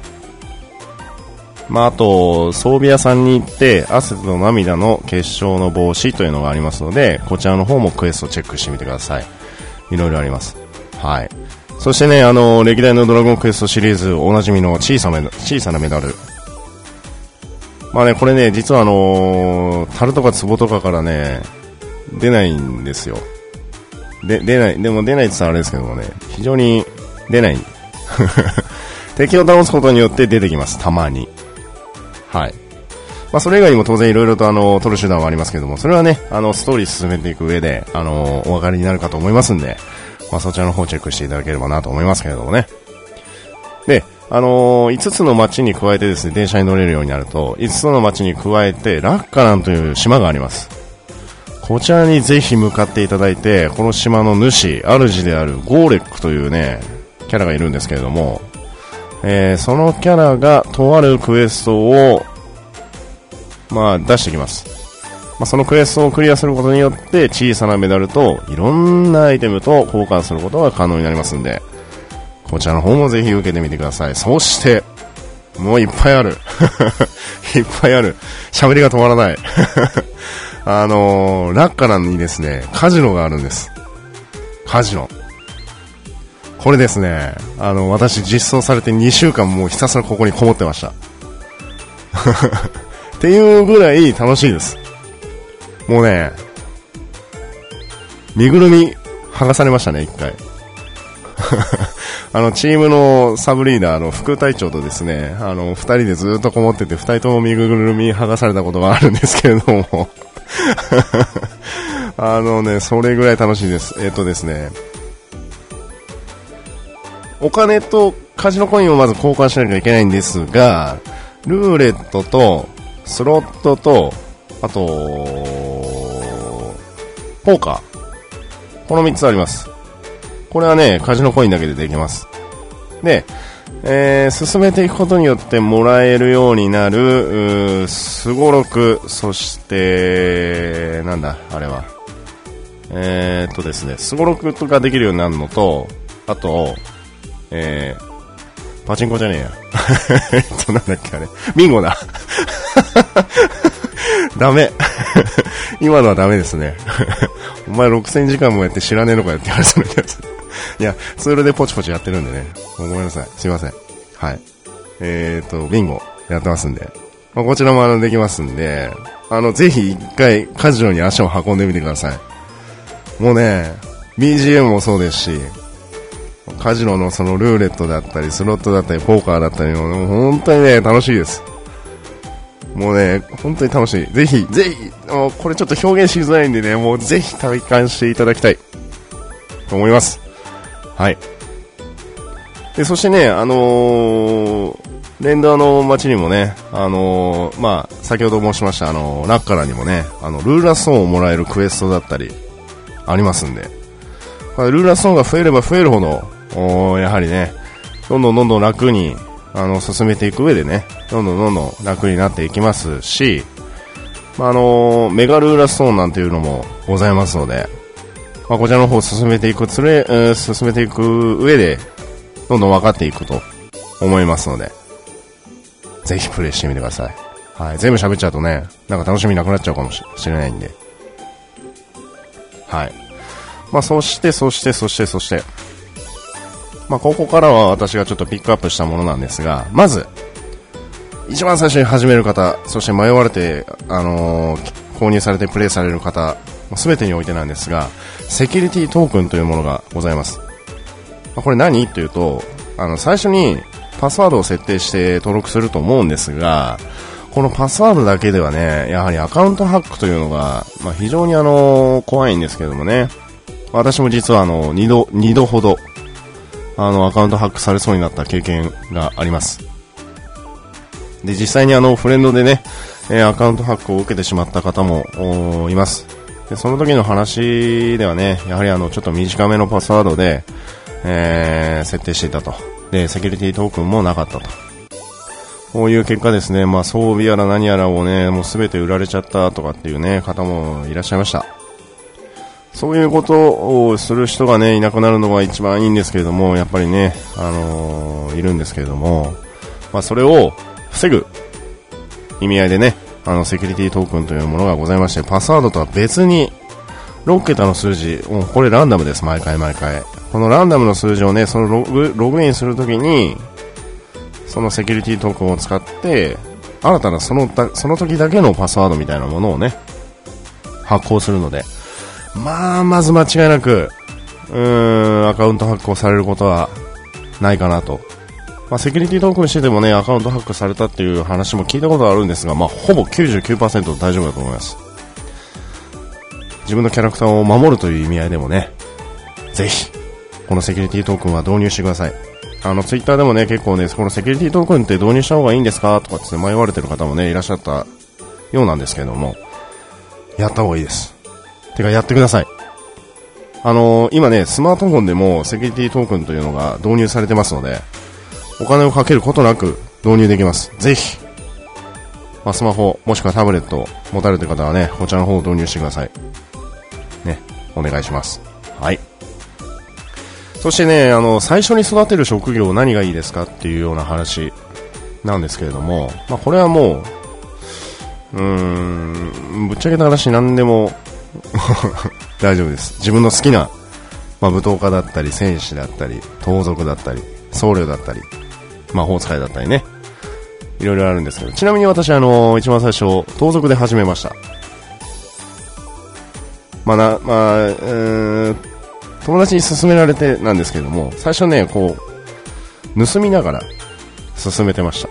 A: まあ、あと、装備屋さんに行って、汗と涙の結晶の帽子というのがありますので、こちらの方もクエストチェックしてみてください。いろいろあります。はい。そしてね、あの、歴代のドラゴンクエストシリーズおなじみの小さな、小さなメダル。まあね、これね、実はあのー、樽とか壺とかからね、出ないんですよ。で、出ない、でも出ないって言ったらあれですけどもね、非常に出ない。敵を倒すことによって出てきます、たまに。はい。まあ、それ以外にも当然いろいろとあの、取る手段はありますけども、それはね、あの、ストーリー進めていく上で、あの、お分かりになるかと思いますんで、まあ、そちらの方をチェックしていただければなと思いますけれどもね。で、あのー、いつつの町に加えてですね、電車に乗れるようになると、いつつの町に加えて、ラッカランという島があります。こちらにぜひ向かっていただいて、この島の主、主であるゴーレックというね、キャラがいるんですけれども、えー、そのキャラがとあるクエストを、まあ、出してきます。まあ、そのクエストをクリアすることによって、小さなメダルといろんなアイテムと交換することが可能になりますんで、こちらの方もぜひ受けてみてください。そして、もういっぱいある。いっぱいある。喋りが止まらない。あのー、ラッカランにですね、カジノがあるんです。カジノ。これですね、あの、私実装されてにしゅうかんもうひたすらここにこもってました。っていうぐらい楽しいです。もうね、身ぐるみ剥がされましたね、一回。あの、チームのサブリーダーの副隊長とですね、あの、二人でずっとこもってて、二人とも身ぐるみ剥がされたことがあるんですけれども、あのね、それぐらい楽しいです。えっとですね、お金とカジノコインをまず交換しなきゃいけないんですが、ルーレットとスロットと、あと、ポーカー。このみっつあります。これはね、カジノコインだけでできます。で、えー、進めていくことによってもらえるようになる、スゴロク、そして、なんだ、あれは。えーっとですね、スゴロクができるようになるのと、あと、えー、パチンコじゃねえや。えっと、なんだっけあれ。ビンゴだ。ダメ。今のはダメですね。お前ろくせんじかんもやって知らねえのかよって言われそうな気がする。いや、ツールでポチポチやってるんでね。ごめんなさい。すいません。はい。えーと、ビンゴやってますんで。まあ、こちらもあの、できますんで、あの、ぜひ一回カジノに足を運んでみてください。もうね、ビージーエム もそうですし、カジノのそのルーレットだったり、スロットだったり、ポーカーだったりも、もう本当にね、楽しいです。もうね、本当に楽しい。ぜひ、ぜひ、もうこれちょっと表現しづらいんでね、もうぜひ体感していただきたいと思います。はい。で、そしてね、あのー、レンダーの街にもね、あのー、まあ、先ほど申しました、あのー、ラッカラにもね、あの、ルーラストーンをもらえるクエストだったり、ありますんで、まあ、ルーラストーンが増えれば増えるほど、おやはりね、どんどんどんどん楽に、あの、進めていく上でね、どんどんどんどん楽になっていきますし、まあ、あのー、メガルーラストーンなんていうのもございますので、まあ、こちらの方を進めていくつれ、えー、進めていく上で、どんどん分かっていくと思いますので、ぜひプレイしてみてください。はい。全部喋っちゃうとね、なんか楽しみなくなっちゃうかもしれないんで。はい。まあ、そして、そして、そして、そして、まあ、ここからは私がちょっとピックアップしたものなんですが、まず、一番最初に始める方、そして迷われて、あのー、購入されてプレイされる方、すべてにおいてなんですが、セキュリティトークンというものがございます。これ何っていうと、あの、最初にパスワードを設定して登録すると思うんですが、このパスワードだけではね、やはりアカウントハックというのが、まあ、非常にあの、怖いんですけどもね。私も実はあの、二度、二度ほど、あの、アカウントハックされそうになった経験があります。 で、実際にあの、フレンドでね、えー、アカウントハックを受けてしまった方もいます。で、その時の話ではね、やはりあの、ちょっと短めのパスワードで、えー、設定していたと。で、セキュリティトークンもなかったと。こういう結果ですね、まあ、装備やら何やらをね、もうすべて売られちゃったとかっていうね、方もいらっしゃいました。そういうことをする人がね、いなくなるのが一番いいんですけれども、やっぱりね、あのー、いるんですけれども、まあ、それを防ぐ意味合いでね、あの、セキュリティトークンというものがございまして、パスワードとは別に、ろっけたの数字、もうこれランダムです、毎回毎回。このランダムの数字をね、そのログ、ログインするときに、そのセキュリティトークンを使って、新たなその、その時だけのパスワードみたいなものをね、発行するので、まあ、まず間違いなく、うーん、アカウントハックをされることはないかなと。まあ、セキュリティトークンしててもね、アカウントハックされたっていう話も聞いたことあるんですが、まあ、ほぼ きゅうじゅうきゅうパーセント 大丈夫だと思います。自分のキャラクターを守るという意味合いでもね、ぜひ、このセキュリティトークンは導入してください。あの、ツイッターでもね、結構ね、このセキュリティトークンって導入した方がいいんですかとかって迷われてる方もね、いらっしゃったようなんですけれども、やった方がいいです。てか、やってください。あのー、今ね、スマートフォンでもセキュリティトークンというのが導入されてますので、お金をかけることなく導入できます。ぜひ、まあ、スマホ、もしくはタブレットを持たれている方はね、こちらの方を導入してください。ね、お願いします。はい。そしてね、あの、最初に育てる職業何がいいですかっていうような話なんですけれども、まあ、これはもう、うーん、ぶっちゃけた話何でも大丈夫です。自分の好きな、まあ、舞踏家だったり、戦士だったり、盗賊だったり、僧侶だったり、魔法使いだったりね、いろいろあるんですけど、ちなみに私あの、一番最初、盗賊で始めました。まあな、まあ、うーん、友達に勧められてなんですけれども、最初ね、こう、盗みながら進めてました。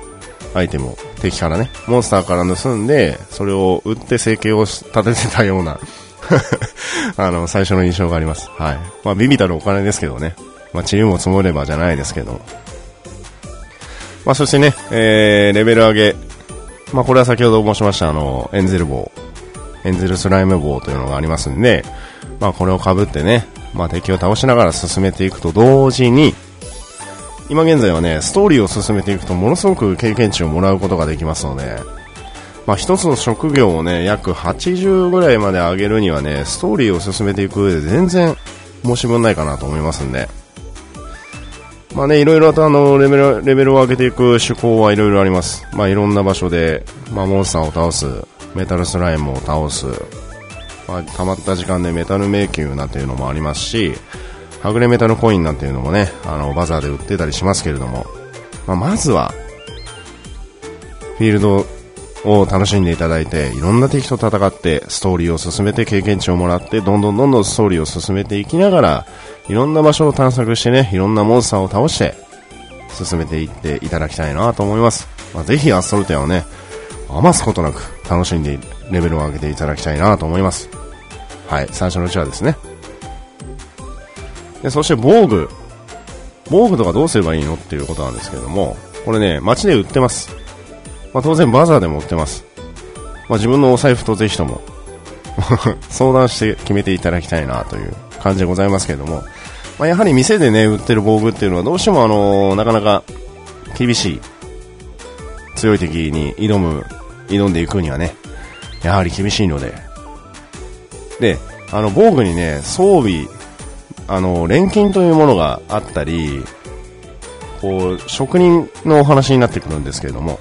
A: アイテムを敵からね、モンスターから盗んで、それを売って生計を立ててたようなあの、最初の印象があります。はい。まあ、ビビたるお金ですけどね。まあ、塵も積もればじゃないですけど。まあ、そしてね、えー、レベル上げ。まあ、これは先ほど申しました、あの、エンゼル棒。エンゼルスライム棒というのがありますんで、まあ、これを被ってね、まあ、敵を倒しながら進めていくと同時に、今現在はね、ストーリーを進めていくとものすごく経験値をもらうことができますので、まあ、一つの職業をね、約はちじゅうぐらいまで上げるにはね、ストーリーを進めていく上で全然申し分ないかなと思いますんで、まあね、いろいろとあの、レベル、レベルを上げていく手法はいろいろあります。まあ、いろんな場所で、まあ、モンスターを倒す、メタルスライムを倒す、まあ、溜まった時間でメタル迷宮なんていうのもありますし、はぐれメタルコインなんていうのもね、あの、バザーで売ってたりしますけれども、まあ、まずは、フィールドを楽しんでいただいて、いろんな敵と戦って、ストーリーを進めて経験値をもらって、どんどんどんどんストーリーを進めていきながら、いろんな場所を探索してね、いろんなモンスターを倒して、進めていっていただきたいなと思います。まあ、ぜひアストルテアをね、余すことなく楽しんでレベルを上げていただきたいなと思います。はい、最初のうちはですね。で、そして防具。防具とかどうすればいいのっていうことなんですけれども、これね、街で売ってます。まあ、当然バザーでも売ってます。まあ、自分のお財布とぜひとも相談して決めていただきたいなという感じでございますけれども、まあ、やはり店でね売ってる防具っていうのはどうしてもあのー、なかなか厳しい強い敵に挑む挑んでいくにはねやはり厳しいので、であの防具にね装備あの錬金というものがあったり、こう職人のお話になってくるんですけれども、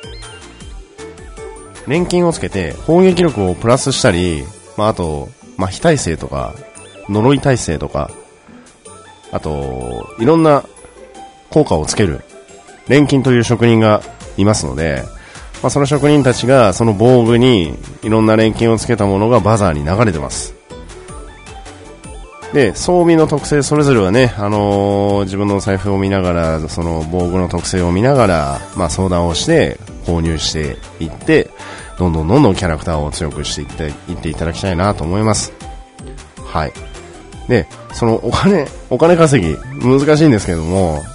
A: 錬金をつけて攻撃力をプラスしたり、まあ、あと麻痺耐性とか呪い耐性とか、あといろんな効果をつける錬金という職人がいますので、まあ、その職人たちがその防具にいろんな錬金をつけたものがバザーに流れてます。で装備の特性それぞれはね、あのー、自分のお財布を見ながらその防具の特性を見ながら、まあ、相談をして購入していって、どんどんどんどんキャラクターを強くしていっていっていただきたいなと思います。はい。で、そのお金お金稼ぎ難しいんですけども、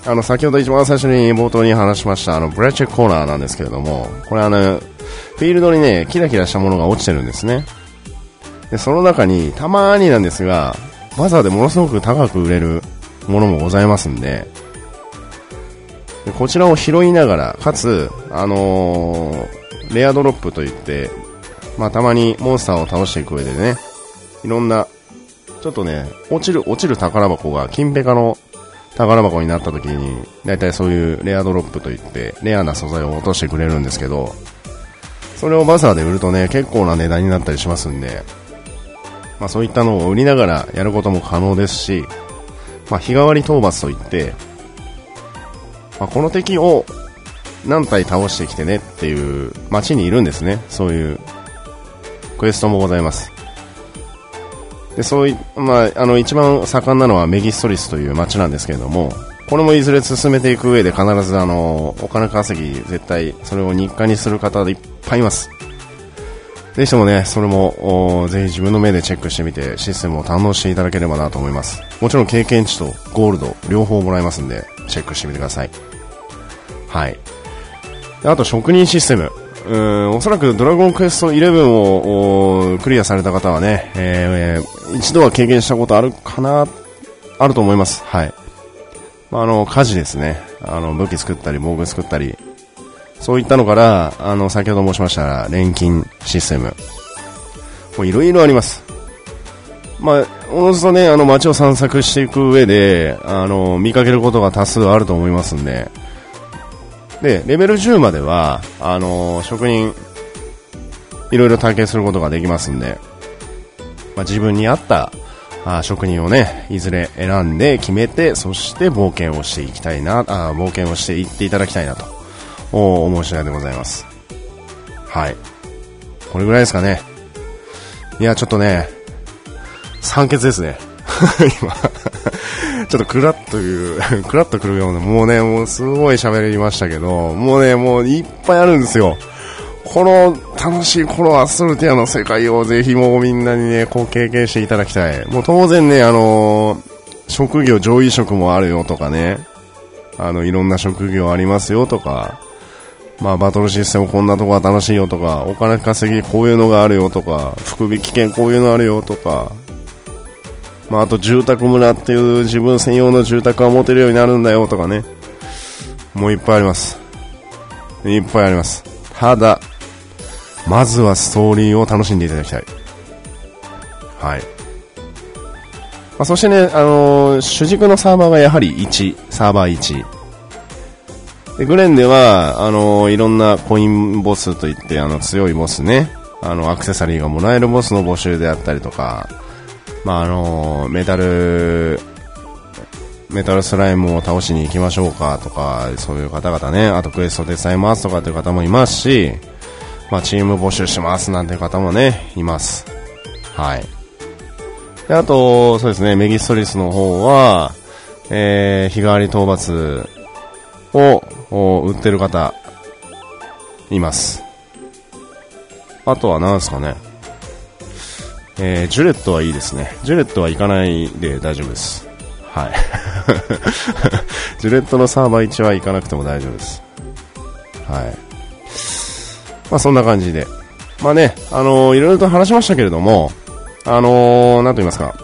A: あの、先ほど一番最初に冒頭に話しました、あの、ブレッチェコーナーなんですけれども、これあの、フィールドにね、キラキラしたものが落ちてるんですね。で、その中に、たまーになんですが、バザーでものすごく高く売れるものもございますんで、でこちらを拾いながら、かつ、あのー、レアドロップといって、まあ、たまにモンスターを倒していく上でね、いろんな、ちょっとね、落ちる、落ちる宝箱が、金ペカの宝箱になった時に、だいたいそういうレアドロップといって、レアな素材を落としてくれるんですけど、それをバザーで売るとね、結構な値段になったりしますんで、まあそういったのを売りながらやることも可能ですし、まあ日替わり討伐といって、まあこの敵を何体倒してきてねっていう街にいるんですね。そういうクエストもございます。で、そういう、まああの一番盛んなのはメギストリスという街なんですけれども、これもいずれ進めていく上で必ずあのお金稼ぎ絶対それを日課にする方でいっぱいいます。ぜひともね、それもぜひ自分の目でチェックしてみてシステムを堪能していただければなと思います。もちろん経験値とゴールド両方もらえますんでチェックしてみてください。はい。であと職人システム、うーん、おそらくドラゴンクエストじゅういちをクリアされた方はね、えー、一度は経験したことあるかな、あると思います。はい。まあ、あの火事ですね、あの武器作ったり防具作ったり、そういったのから、あの先ほど申しました錬金システム、もういろいろあります。まあおのずとね、あの街を散策していく上であの見かけることが多数あると思いますんで、でレベルじゅうまではあの職人いろいろ体験することができますんで、まあ、自分に合ったあ職人をね、いずれ選んで決めて、そして冒険をしていきたいな、あ冒険をしていっていただきたいなと思う次第でございます。はい。これぐらいですかね。いや、ちょっとね、酸欠ですね。今、ちょっとクラッという、クラッとくるような、もうね、もうすごい喋りましたけど、もうね、もういっぱいあるんですよ。この楽しいこのアストルティアの世界をぜひもうみんなにね、こう経験していただきたい。もう当然ね、あのー、職業上位職もあるよとかね、あのいろんな職業ありますよとか、まあバトルシステムこんなとこが楽しいよとか、お金稼ぎこういうのがあるよとか、福引券こういうのあるよとか、まああと住宅村っていう自分専用の住宅が持てるようになるんだよとかね、もういっぱいあります。いっぱいあります。ただまずはストーリーを楽しんでいただきたい。はい。まあ、そしてね、あのー、主軸のサーバーがやはりいち、サーバーいち。でグレンではあのー、いろんなコインボスといってあの強いボスね、あのアクセサリーがもらえるボスの募集であったりとか、まああのー、メタルメタルスライムを倒しに行きましょうかとか、そういう方々ね、あとクエスト手伝いますとかっていう方もいますし、まあチーム募集しますなんていう方もねいます。はい。であとそうですね、メギストリスの方は、えー、日替わり討伐を売ってる方います。あとは何ですかね、えー、ジュレットはいいですね。ジュレットは行かないで大丈夫です。はい。ジュレットのサーバーいちは行かなくても大丈夫です。はい。まあそんな感じで、まあね、あのー、いろいろと話しましたけれども、あのー、なんと言いますか、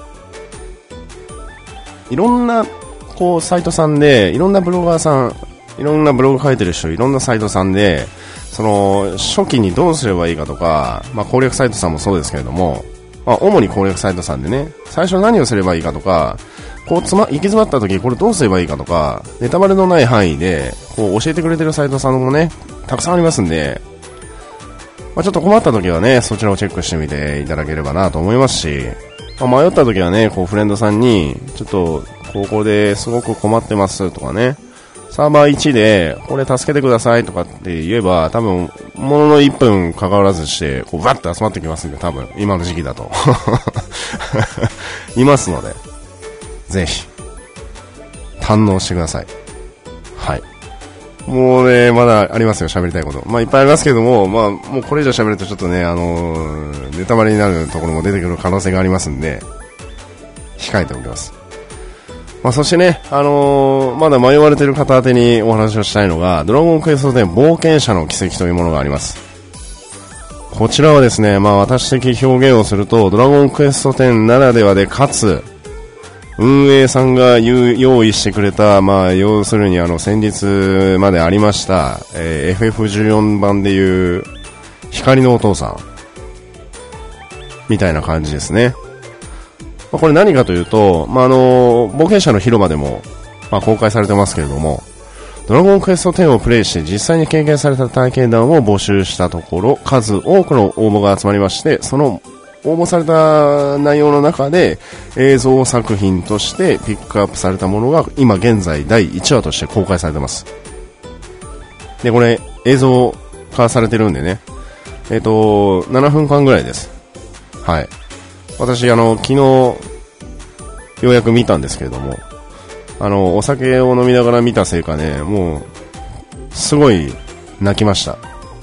A: いろんなこうサイトさんで、いろんなブロガーさん、いろんなブログ書いてる人、いろんなサイトさんで、その初期にどうすればいいかとか、まあ攻略サイトさんもそうですけれども、まあ主に攻略サイトさんでね、最初何をすればいいかとか、こうつま行き詰まった時これどうすればいいかとか、ネタバレのない範囲でこう教えてくれてるサイトさんもね、たくさんありますんで、まあ、ちょっと困った時はね、そちらをチェックしてみていただければなと思いますし、まあ、迷った時はね、こうフレンドさんにちょっとここですごく困ってますとかね、サーバーいちでこれ助けてくださいとかって言えば、多分もののいっぷん関わらずしてこうバッと集まってきますんで、多分今の時期だといますので、ぜひ堪能してください。はい。もうね、まだありますよ、喋りたいこと。まあいっぱいありますけども、まあもうこれ以上喋るとちょっとね、あのー、ネタバレになるところも出てくる可能性がありますんで、控えておきます。 まあ、そしてね、あのー、まだ迷われている方宛てにお話をしたいのが、ドラゴンクエストテン冒険者の奇跡というものがあります。こちらはですね、まあ私的表現をすると、ドラゴンクエストテンならではで、かつ、運営さんが用意してくれた、まあ要するにあの先日までありました、えー、エフエフじゅうよん 版でいう、光のお父さん。みたいな感じですね。まあ、これ何かというと、まああの、冒険者の広場でも、まあ公開されてますけれども、ドラゴンクエストテンをプレイして実際に経験された体験談を募集したところ、数多くの応募が集まりまして、その応募された内容の中で映像作品としてピックアップされたものが今現在だいいちわとして公開されてます。で、これ映像化されてるんでね、えっと、ななふんかんぐらいです。はい。私、あの、昨日ようやく見たんですけれども、あの、お酒を飲みながら見たせいかね、もう、すごい泣きました。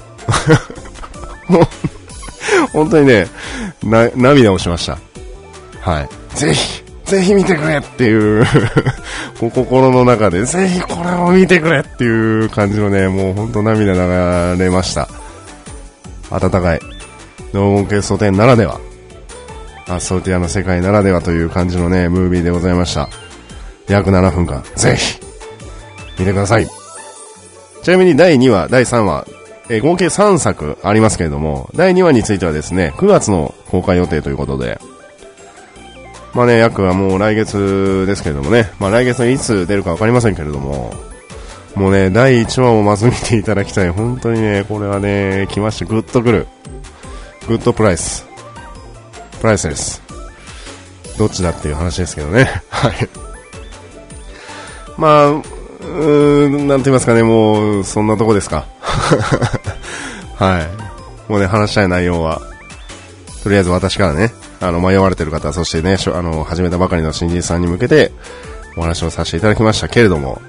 A: 本当にね、な、涙をしました。はい。ぜひ、ぜひ見てくれっていう心の中で、ぜひこれを見てくれっていう感じのね、もう本当涙流れました。温かい。ドラゴンクエストテンならでは。アストルティアの世界ならではという感じのね、ムービーでございました。約ななふんかん、ぜひ、見てください。ちなみにだいにわ、だいさんわ、えー、合計さんさくありますけれども、だいにわについてはですね、くがつの公開予定ということで、まあね、約はもう来月ですけれどもね、まあ来月いつ出るかわかりませんけれども、もうね、だいいちわをまず見ていただきたい。本当にね、これはね、来まして、グッとくる。グッドプライス。プライスです。どっちだっていう話ですけどね。はい。まあ、うーん、なんて言いますかね、もう、そんなとこですか。はい。もうね、話したい内容は、とりあえず私からね、あの、迷われてる方、そしてね、あの、始めたばかりの新人さんに向けて、お話をさせていただきましたけれども、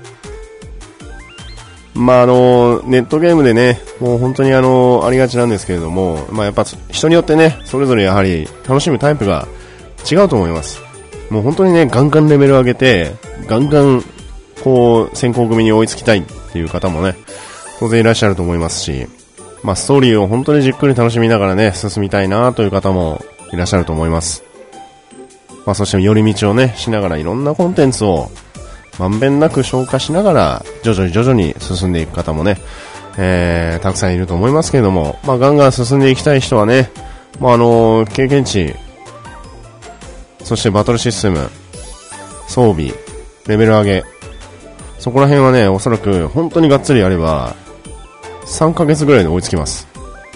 A: まあ、あの、ネットゲームでね、もう本当にあの、ありがちなんですけれども、まあ、やっぱ人によってね、それぞれやはり楽しむタイプが違うと思います。もう本当にね、ガンガンレベル上げて、ガンガン、こう、先行組に追いつきたいっていう方もね、当然いらっしゃると思いますし、まあ、ストーリーを本当にじっくり楽しみながらね、進みたいなという方もいらっしゃると思います。まあ、そして寄り道をね、しながらいろんなコンテンツをまんべんなく消化しながら徐々に徐々に進んでいく方もね、えー、たくさんいると思いますけれども、まあ、ガンガン進んでいきたい人はね、まあ、あのー、経験値、そしてバトルシステム、装備、レベル上げ、そこら辺はね、おそらく本当にがっつりやればさんかげつぐらいで追いつきます。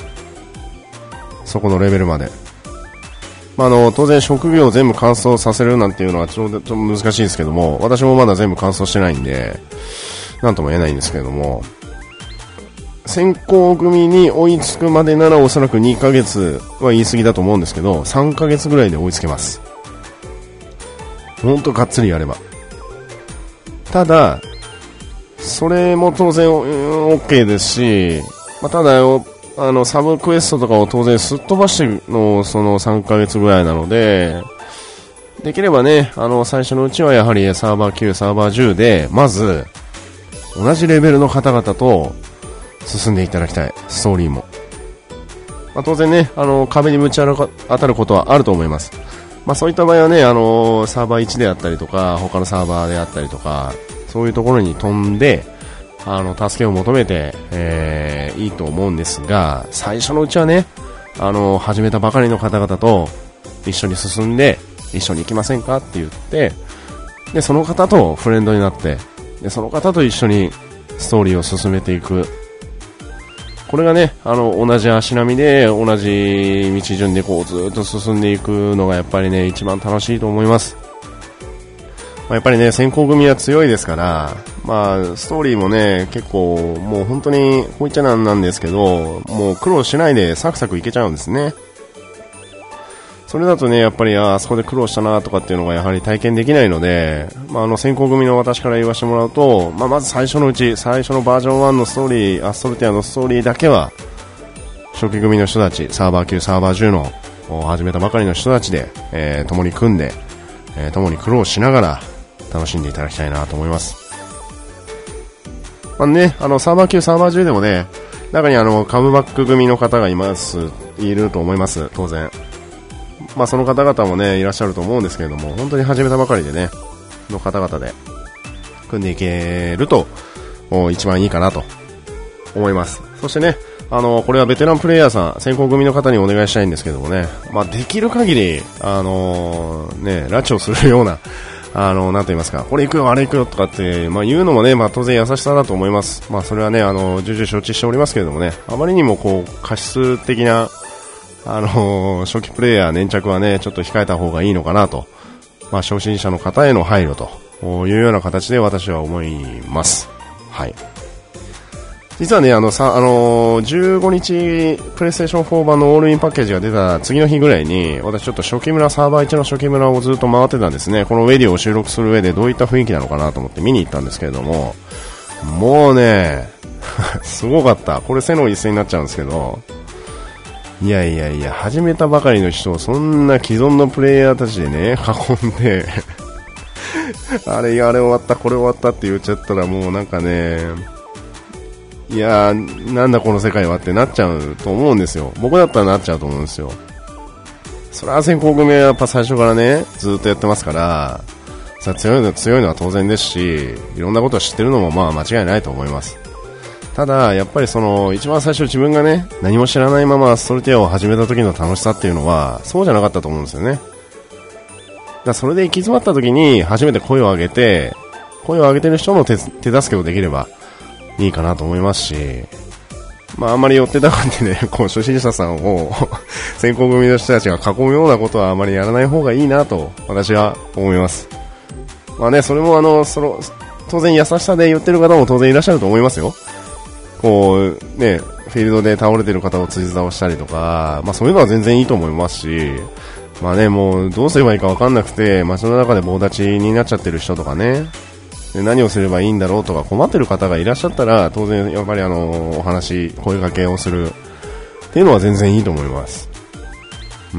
A: そこのレベルまで。まあ、あの当然職業を全部完走させるなんていうのはちょっと難しいですけども、私もまだ全部完走してないんでなんとも言えないんですけれども、先行組に追いつくまでならおそらくにかげつは言い過ぎだと思うんですけど、さんかげつぐらいで追いつけます。ほんとがっつりやれば。ただそれも当然 OK ですし、まあ、ただあのサブクエストとかを当然すっ飛ばしてのそのさんかげつぐらいなので、できればね、あの最初のうちはやはりサーバーきゅう、サーバーじゅうでまず同じレベルの方々と進んでいただきたい。ストーリーも、まあ、当然ね、あの壁にぶち当たることはあると思います。まあ、そういった場合はね、あのサーバーいちであったりとか他のサーバーであったりとか、そういうところに飛んであの助けを求めて、えー、いいと思うんですが、最初のうちはね、あの始めたばかりの方々と一緒に進んで、一緒に行きませんかって言って、でその方とフレンドになって、でその方と一緒にストーリーを進めていく。これがね、あの同じ足並みで同じ道順でこうずっと進んでいくのがやっぱりね一番楽しいと思います。まあ、やっぱりね先行組は強いですから、まあストーリーもね結構もう本当にこういっちゃなんなんですけど、もう苦労しないでサクサクいけちゃうんですね。それだとねやっぱり あ, あそこで苦労したなとかっていうのがやはり体験できないので、まあ、あの先行組の私から言わせてもらうと、まあ、まず最初のうち最初のバージョンワンのストーリー、アストルティアのストーリーだけは初期組の人たち、サーバーきゅう、サーバーじゅうの始めたばかりの人たちで、えー、共に組んで、えー、共に苦労しながら楽しんでいただきたいなと思います。まあね、あのサーバーきゅう、サーバーじゅうでもね、中にあのカムバック組の方がいますいると思います。当然、まあその方々もねいらっしゃると思うんですけれども、本当に始めたばかりでねの方々で組んでいけると一番いいかなと思います。そしてね、あのこれはベテランプレイヤーさん、先行組の方にお願いしたいんですけどもね、まあ、できる限りあのー、ね拉致をするようなあのなんと言いますか、これ行くよあれ行くよとかって、まあ、言うのもね、まあ、当然優しさだと思います。まあ、それはねあの重々承知しておりますけれどもね、あまりにもこう過失的なあのー、初期プレイヤー粘着はねちょっと控えた方がいいのかなと、まあ、初心者の方への配慮というような形で私は思います。はい。実はね、あのさ、あのー、じゅうごにちプレイステーションフォー版のオールインパッケージが出た次の日ぐらいに、私ちょっと初期村、サーバーいちの初期村をずっと回ってたんですね。このウェディを収録する上でどういった雰囲気なのかなと思って見に行ったんですけれども、もうねすごかった。これ背の一戦になっちゃうんですけど、いやいやいや、始めたばかりの人をそんな既存のプレイヤーたちでね囲んであれあれ終わったこれ終わったって言っちゃったら、もうなんかね、いやーなんだこの世界はってなっちゃうと思うんですよ。僕だったらなっちゃうと思うんですよ。それは先行組はやっぱ最初からねずっとやってますから、さ強いの強いのは当然ですし、いろんなことを知ってるのもまあ間違いないと思います。ただやっぱりその一番最初自分がね何も知らないままソルティアを始めた時の楽しさっていうのはそうじゃなかったと思うんですよね。だからそれで行き詰まった時に初めて声を上げて、声を上げてる人の 手, 手助けをできればいいかなと思いますし、まああんまり寄ってたかってね、こう初心者さんを先行組の人たちが囲むようなことはあまりやらない方がいいなと私は思います。まあね、それもあのその当然優しさで言ってる方も当然いらっしゃると思いますよ。こうね、フィールドで倒れてる方を辻倒したりとか、まあそういうのは全然いいと思いますし、まあね、もうどうすればいいか分かんなくて街の中で棒立ちになっちゃってる人とかね、で何をすればいいんだろうとか困ってる方がいらっしゃったら、当然やっぱりあのお話声掛けをするっていうのは全然いいと思います。うん、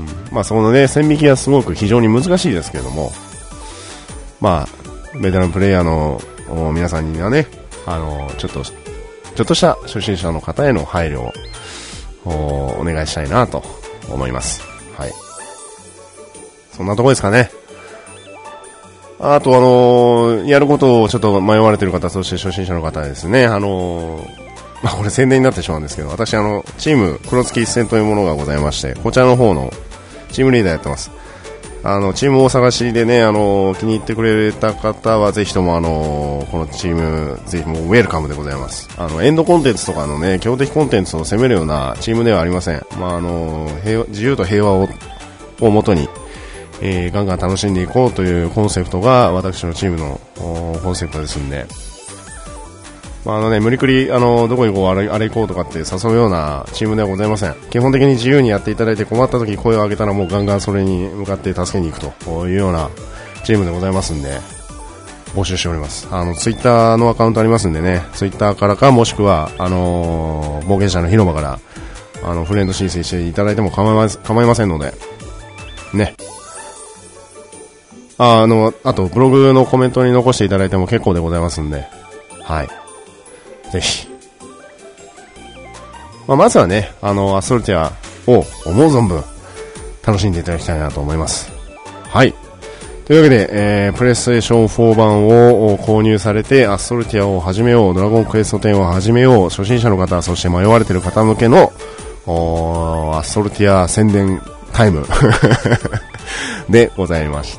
A: まあそのね線引きはすごく非常に難しいですけれども、まあベテランプレイヤーの皆さんにはね、あのちょっとちょっとした初心者の方への配慮をお願いしたいなと思います。はい、そんなところですかね。あとあのー、やることをちょっと迷われている方、そして初心者の方はですね、あのー、まあこれ宣伝になってしまうんですけど、私あのチーム黒月一戦というものがございまして、こちらの方のチームリーダーやってます。あのチームを探しでね、あのー、気に入ってくれた方はぜひともあのー、このチームぜひもうウェルカムでございます。あのエンドコンテンツとかのね強敵コンテンツを攻めるようなチームではありません。まああのー、平和自由と平和ををもとにえー、ガンガン楽しんでいこうというコンセプトが私のチームのコンセプトですんで、まああのね、無理くりあのどこにこうあれ、あれ行こうとかって誘うようなチームではございません。基本的に自由にやっていただいて、困った時声を上げたらもうガンガンそれに向かって助けに行くというようなチームでございますんで、募集しております。あのツイッターのアカウントありますんでね、ツイッターからかもしくはあのー、冒険者の広場からあのフレンド申請していただいても構いません、構いませんのでね。あ, あの、あとブログのコメントに残していただいても結構でございますんで、はい。ぜひ。まあ、まずはね、あの、アストルティアを思う存分楽しんでいただきたいなと思います。はい。というわけで、えー、プレイステーションフォー版を購入されて、アストルティアを始めよう、ドラゴンクエストテンを始めよう、初心者の方、そして迷われている方向けの、アストルティア宣伝タイムでございました。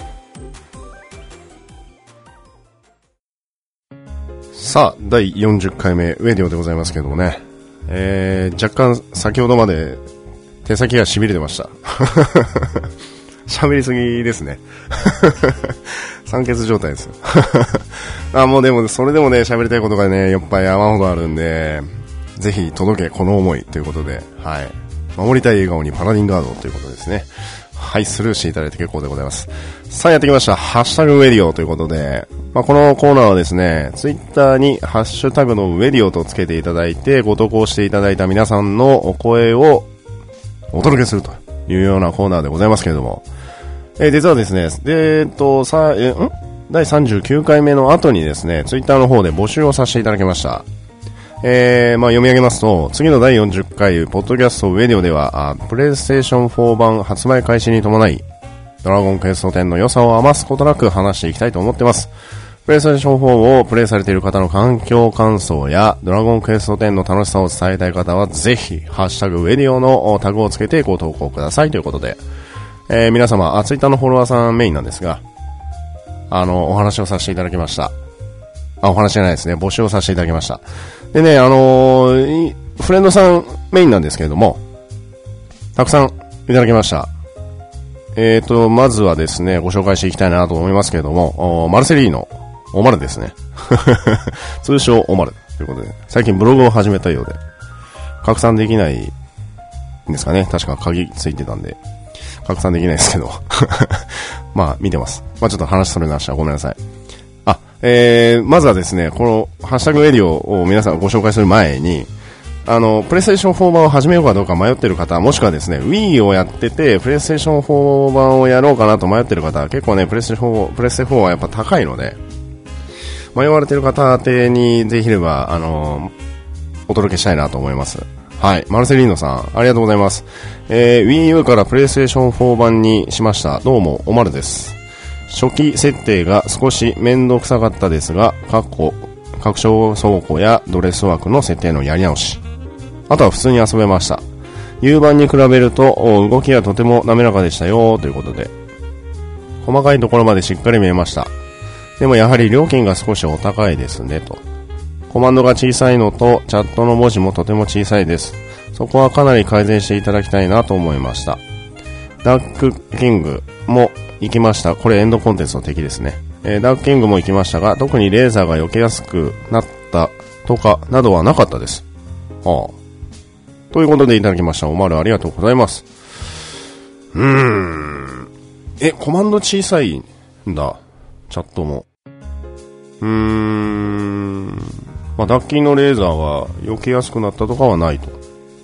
A: さあだいよんじゅっかいめウェディオでございますけどもね、えー、若干先ほどまで手先がしびれてました喋りすぎですね酸欠状態ですあ、もうでもそれでもね喋りたいことがねいっぱい山ほどあるんで、ぜひ届けこの思いということで、はい、守りたい笑顔にパラディンガードということですね。はい、スルーしていただいて結構でございます。さあやってきました。ハッシュタグウェディオということで、まあ、このコーナーはですね、ツイッターにハッシュタグのウェディオとつけていただいて、ご投稿していただいた皆さんのお声をお届けするというようなコーナーでございますけれども、えー、実はですね、えー、っと、さ、え、んだいさんじゅうきゅうかいめの後にですね、ツイッターの方で募集をさせていただきました。えー、まあ読み上げますと、次のだいよんじゅっかいポッドキャストウェディオでは、あプレイステーションフォー版発売開始に伴い、ドラゴンクエストテンの良さを余すことなく話していきたいと思ってます。プレイステーションフォーをプレイされている方の環境感想や、ドラゴンクエストテンの楽しさを伝えたい方は、ぜひ、ハッシュタグウェディオのタグをつけてご投稿くださいということで、えー、皆様、ツイッターのフォロワーさんメインなんですが、あの、お話をさせていただきました。あ、お話じゃないですね。募集をさせていただきました。でね、あのー、フレンドさんメインなんですけれども、たくさんいただきました。えーと、まずはですね、ご紹介していきたいなと思いますけれども、マルセリーノ、オマルですね。通称オマルということで、最近ブログを始めたようで、拡散できないんですかね。確か鍵ついてたんで、拡散できないですけど。まあ、見てます。まあちょっと話それました。ごめんなさい。あ、えー、まずはですね、このハッシュタグエディオを皆さんご紹介する前に、あの、プレイステーションフォー版を始めようかどうか迷ってる方、もしくはですね、Wii をやってて、プレイステーションフォー版をやろうかなと迷ってる方、結構ね、プレイステーションフォー、プレステフォーはやっぱ高いので、迷われてる方宛てにぜひれば、あの、お届けしたいなと思います。はい。マルセリーノさん、ありがとうございます。えー、Wii U からプレイステーションフォー版にしました。どうも、おまるです。初期設定が少しめんどくさかったですが、過去、拡張倉庫やドレス枠の設定のやり直し。あとは普通に遊べました。U 版に比べると、動きがとても滑らかでしたよ、ということで。細かいところまでしっかり見えました。でもやはり料金が少しお高いですね、と。コマンドが小さいのと、チャットの文字もとても小さいです。そこはかなり改善していただきたいなと思いました。ダークキングも行きました。これエンドコンテンツの敵ですね。えー、ダークキングも行きましたが、特にレーザーが避けやすくなったとかなどはなかったです。はあ。ということでいただきました。おまるありがとうございます。うーん。え、コマンド小さいんだ。チャットも。うーん。まあ、ダッキーのレーザーは避けやすくなったとかはないと。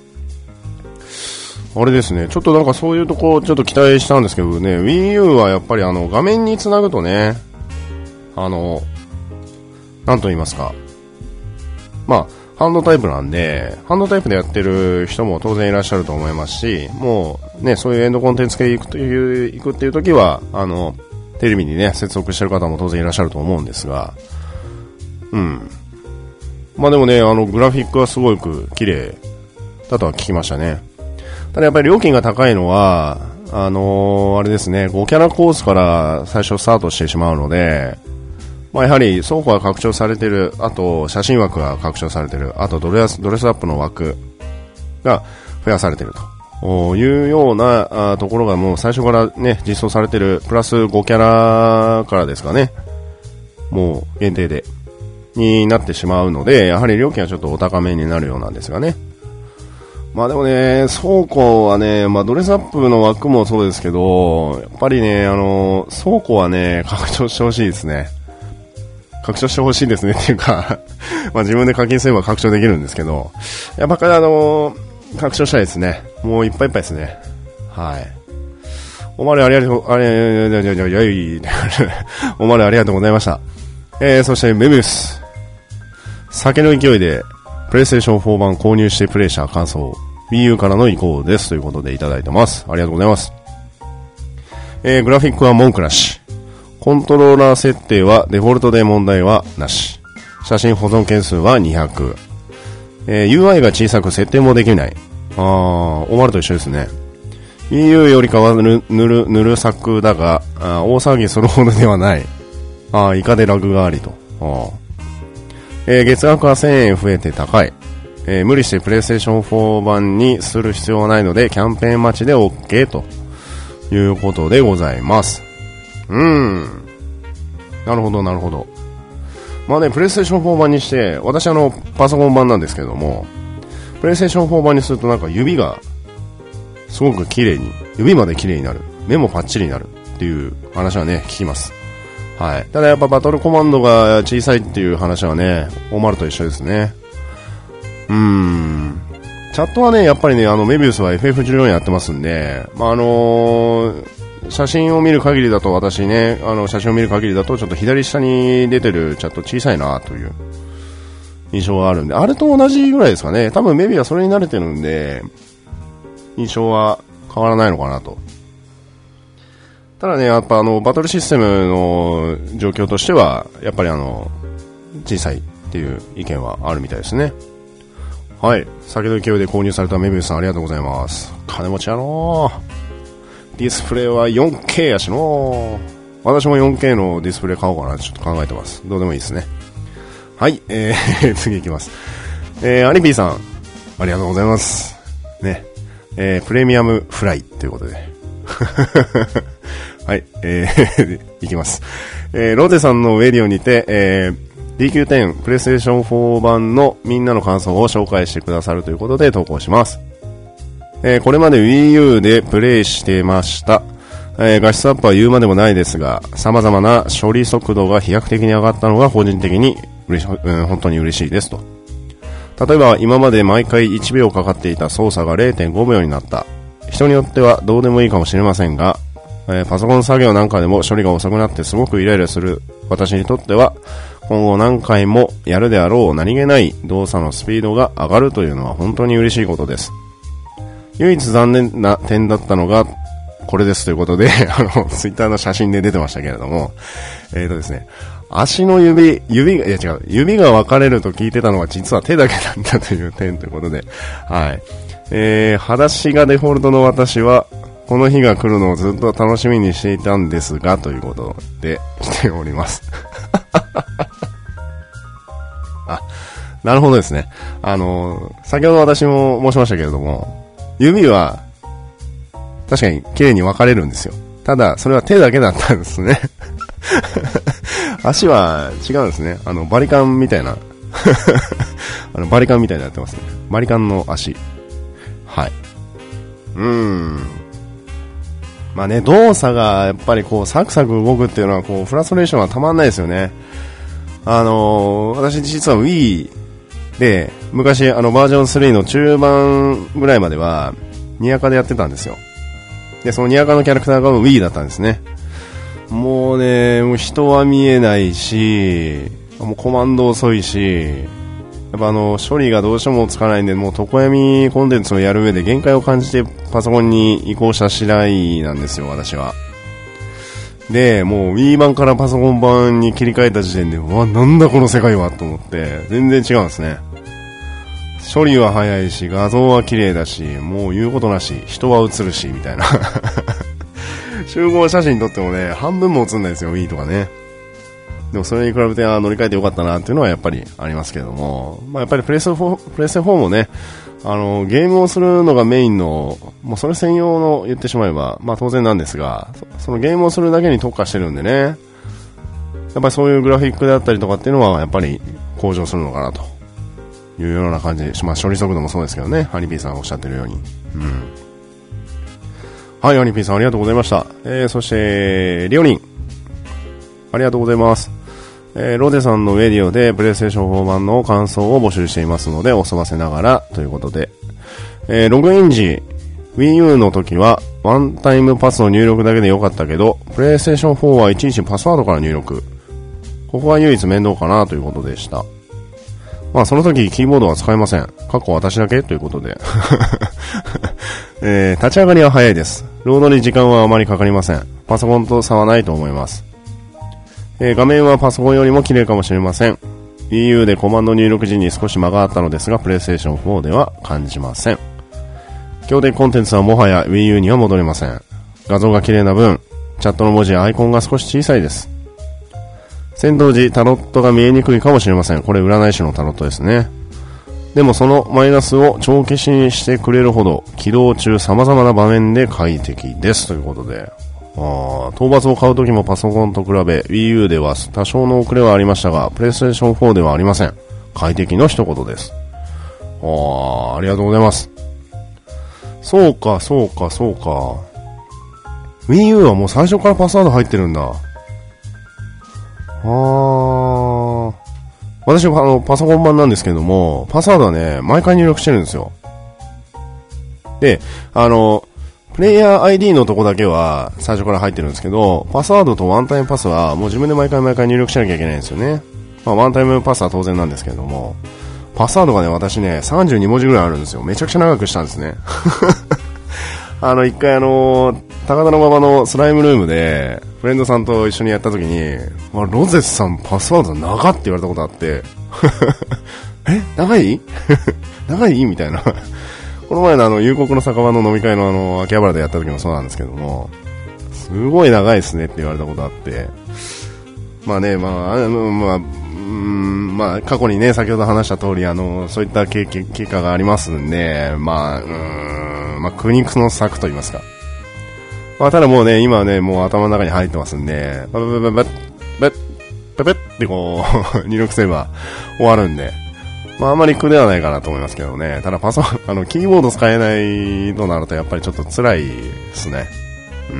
A: あれですね。ちょっとなんかそういうとこちょっと期待したんですけどね。Wii U はやっぱりあの画面につなぐとね、あの、なんと言いますか。まあ、ハンドタイプなんで、ハンドタイプでやってる人も当然いらっしゃると思いますし、もうね、そういうエンドコンテンツ系行くという、行くっていう時は、あの、テレビにね、接続してる方も当然いらっしゃると思うんですが、うん。まあでもね、あの、グラフィックはすごく綺麗だとは聞きましたね。ただやっぱり料金が高いのは、あのー、あれですね、ごキャラコースから最初スタートしてしまうので、まあやはり倉庫が拡張されてる、あと写真枠が拡張されてる、あとドレス、ドレスアップの枠が増やされてるというようなところがもう最初からね、実装されてる、プラスごキャラからですかね、もう限定で、になってしまうので、やはり料金はちょっとお高めになるようなんですがね。まあでもね、倉庫はね、まあドレスアップの枠もそうですけど、やっぱりね、あの、倉庫はね、拡張してほしいですね。拡張してほしいですねっていうか、まあ自分で課金すれば拡張できるんですけど、やっぱりあの、拡張したいですね。もういっぱいいっぱいですね。はい。おまるありがとう、あれ、いやいやいやいやいやおまるありがとうございました。えー、そしてメビウス。酒の勢いで、プレイステーションフォー版購入してプレイした感想、Wii U からの移行ですということでいただいてます。ありがとうございます。えー、グラフィックは文句なし。コントローラー設定はデフォルトで問題はなし。写真保存件数はにひゃく。えー、ユーアイ が小さく設定もできない。あー、おまると一緒ですね。Wii U よりかはぬる、ぬる、ぬるサクだが、あ大騒ぎするほどではない。あー、イカでラグがありと。あーえー、月額はせんえん増えて高い。えー、無理してプレイステーションフォー版にする必要はないので、キャンペーン待ちで OK ということでございます。うーん。なるほど、なるほど。まあね、プレイステーションフォー版にして、私あの、パソコン版なんですけども、プレイステーションフォー版にするとなんか指が、すごく綺麗に、指まで綺麗になる。目もパッチリになるっていう話はね、聞きます。はい。ただやっぱバトルコマンドが小さいっていう話はね、オマルと一緒ですね。うーん。チャットはね、やっぱりね、あの、メビウスは エフエフじゅうよん やってますんで、まあ、あのー、 写真を見る限りだと、私ね、あの、写真を見る限りだと、ちょっと左下に出てるチャット小さいなという印象があるんで、あれと同じぐらいですかね。多分メビはそれに慣れてるんで、印象は変わらないのかなと。ただね、やっぱあの、バトルシステムの状況としては、やっぱりあの、小さいっていう意見はあるみたいですね。はい。先ほど勢いで購入されたメビウスさんありがとうございます。金持ちやのー。ディスプレイは よんケー やしのー。私も よんケー のディスプレイ買おうかなってちょっと考えてます。どうでもいいですね。はい。えー、次行きます。えー、アニピーさん、ありがとうございます。ね。えー、プレミアムフライということで。はい。えー、いきます。えー、ローテさんのウェディオにて、えー、ディーキューテン プレイステーションフォー版のみんなの感想を紹介してくださるということで投稿します。えー、これまで Wii U でプレイしてました。えー、画質アップは言うまでもないですが、様々な処理速度が飛躍的に上がったのが個人的に嬉し、うん、本当に嬉しいですと。例えば今まで毎回いちびょうかかっていた操作が れいてんごびょうになった。人によってはどうでもいいかもしれませんが、えー、パソコン作業なんかでも処理が遅くなってすごくイライラする私にとっては、今後何回もやるであろう何気ない動作のスピードが上がるというのは本当に嬉しいことです。唯一残念な点だったのがこれですということで、あの、ツイッターの写真で出てましたけれども、えーとですね、足の指、指が、いや違う、指が分かれると聞いてたのは実は手だけなんだという点ということで、はい。えー、裸足がデフォルトの私は、この日が来るのをずっと楽しみにしていたんですが、ということで来ております。あ、なるほどですね。あの、先ほど私も申しましたけれども、指は、確かに綺麗に分かれるんですよ。ただ、それは手だけだったんですね。足は違うんですね。あの、バリカンみたいな。あの、バリカンみたいになってますね。バリカンの足。はい。うーん。まあね、動作がやっぱりこう、サクサク動くっていうのは、こう、フラストレーションはたまんないですよね。あのー、私実は Wii で、昔、あの、バージョンスリーの中盤ぐらいまでは、ニアカでやってたんですよ。で、そのニアカのキャラクターが Wii だったんですね。もうね、もう人は見えないし、もうコマンド遅いし、やっぱあの、処理がどうしてもつかないんで、もう常闇コンテンツをやる上で限界を感じてパソコンに移行した次第なんですよ、私は。で、もう Wii 版からパソコン版に切り替えた時点で、うわ、なんだこの世界はと思って、全然違うんですね。処理は早いし、画像は綺麗だし、もう言うことなし、人は映るし、みたいな。集合写真撮ってもね、半分も映んないですよ、Wii とかね。でもそれに比べて乗り換えてよかったなっていうのはやっぱりありますけれども、まあやっぱりプレステフォー、プレステフォーもね、あの、ゲームをするのがメインの、もうそれ専用の言ってしまえば、まあ当然なんですが、そ, そのゲームをするだけに特化してるんでね、やっぱりそういうグラフィックであったりとかっていうのはやっぱり向上するのかなというような感じで、まあ処理速度もそうですけどね、ハニピーさんがおっしゃってるように。うん。はい、ハニピーさんありがとうございました。えー、そして、リオリン。ありがとうございます。えー、ロデさんのウェディオでプレイステーションフォー版の感想を募集していますので、おそばせながらということで、えー、ログイン時、Wii U の時はワンタイムパスの入力だけでよかったけど、プレイステーションフォーはいちいちパスワードから入力。ここは唯一面倒かなということでした。まあその時キーボードは使えません。過去私だけということで、えー、立ち上がりは早いです。ロードに時間はあまりかかりません。パソコンと差はないと思います。えー、画面はパソコンよりも綺麗かもしれません。Wii U でコマンド入力時に少し間があったのですが、プレイステーションフォーでは感じません。強敵コンテンツはもはや Wii U には戻れません。画像が綺麗な分、チャットの文字やアイコンが少し小さいです。戦闘時タロットが見えにくいかもしれません。これ占い師のタロットですね。でもそのマイナスを帳消しにしてくれるほど起動中様々な場面で快適ですということで、あ討伐を買うときもパソコンと比べ Wii U では多少の遅れはありましたが、プレイステーションフォーではありません。快適の一言です。あありがとうございます。そうかそうかそうか Wii U はもう最初からパスワード入ってるんだ。あー私はあのパソコン版なんですけども、パスワードはね毎回入力してるんですよ。で、あのプレイヤー アイディー のとこだけは最初から入ってるんですけど、パスワードとワンタイムパスはもう自分で毎回毎回入力しなきゃいけないんですよね。まあ、ワンタイムパスは当然なんですけれども、パスワードがね、私ね、さんじゅうにもじぐらいあるんですよ。めちゃくちゃ長くしたんですね。あの、一回あの、高田の馬場のスライムルームで、フレンドさんと一緒にやった時に、まあ、ロゼスさんパスワード長って言われたことあって、え長い長いみたいな。この前のあの、夕刻の酒場の飲み会のあの、秋葉原でやった時もそうなんですけども、すごい長いですねって言われたことあって、まあね、まあ、あの、まあ、うーん、まあ、過去にね、先ほど話した通り、あの、そういった経験、結果がありますんで、まあ、うーん、まあ、苦肉の策と言いますか。まあ、ただもうね、今はね、もう頭の中に入ってますんで、バババババッ、バッ、ババッってこう、入力すれば終わるんで、まあ、あまり苦ではないかなと思いますけどね。ただパソコン、あの、キーボード使えないとなるとやっぱりちょっと辛いですね。うん。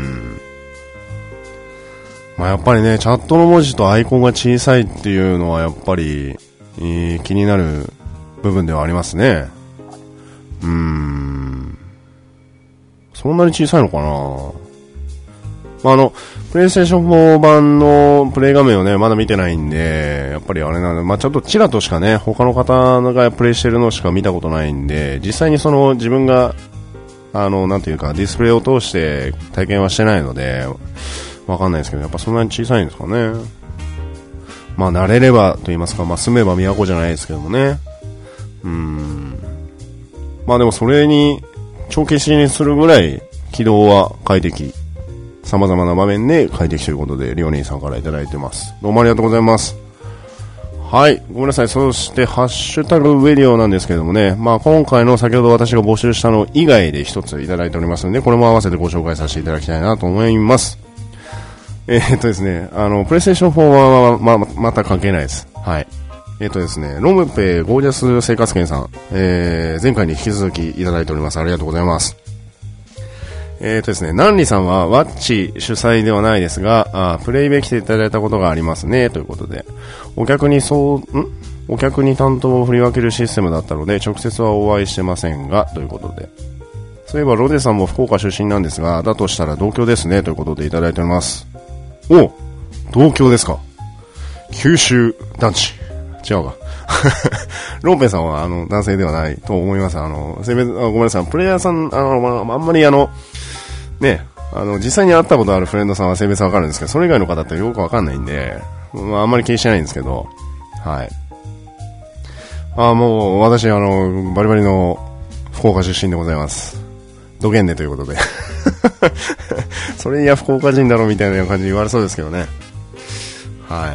A: まあ、やっぱりね、チャットの文字とアイコンが小さいっていうのはやっぱり、えー、気になる部分ではありますね。うーん。そんなに小さいのかな。まあ、あの、プレイステーションフォー版のプレイ画面をね、まだ見てないんで、やっぱりあれなんで、まあ、ちょっとちらとしかね、他の方がプレイしてるのしか見たことないんで、実際にその自分が、あの、なんていうか、ディスプレイを通して体験はしてないので、わかんないですけど、やっぱそんなに小さいんですかね。まあ、慣れればと言いますか、まあ、住めば都じゃないですけどもね。うーん。まあでもそれに、帳消しにするぐらい、起動は快適。様々な場面で快適ということで、リオネイさんからいただいてます。どうもありがとうございます。はい。ごめんなさい。そして、ハッシュタグウェディオなんですけどもね。まあ、今回の先ほど私が募集したの以外で一ついただいておりますので、これも合わせてご紹介させていただきたいなと思います。えー、っとですね、あの、プレイステーションフォーはま、ま、また関係ないです。はい。えー、っとですね、ロムペゴージャス生活圏さん、えー、前回に引き続きいただいております。ありがとうございます。えーとですね、ナンリさんはワッチ主催ではないですが、あプレイベ来ていただいたことがありますね、ということで、お客にそう、んお客に担当を振り分けるシステムだったので、直接はお会いしてませんが、ということで。そういえばロデさんも福岡出身なんですが、だとしたら同郷ですね、ということでいただいております。お同郷ですか。九州男子。違うか。ロンペンさんはあの男性ではないと思います。あの、性別、あごめんなさい、プレイヤーさん、あの、まあ、あんまりあの、ね、あの、実際に会ったことあるフレンドさんは性別わかるんですけど、それ以外の方ってよくわかんないんで、まあ、あんまり気にしてないんですけど、はい。あもう、私、あの、バリバリの福岡出身でございます。どげんねということで。それいや福岡人だろみたいな感じで言われそうですけどね。はい。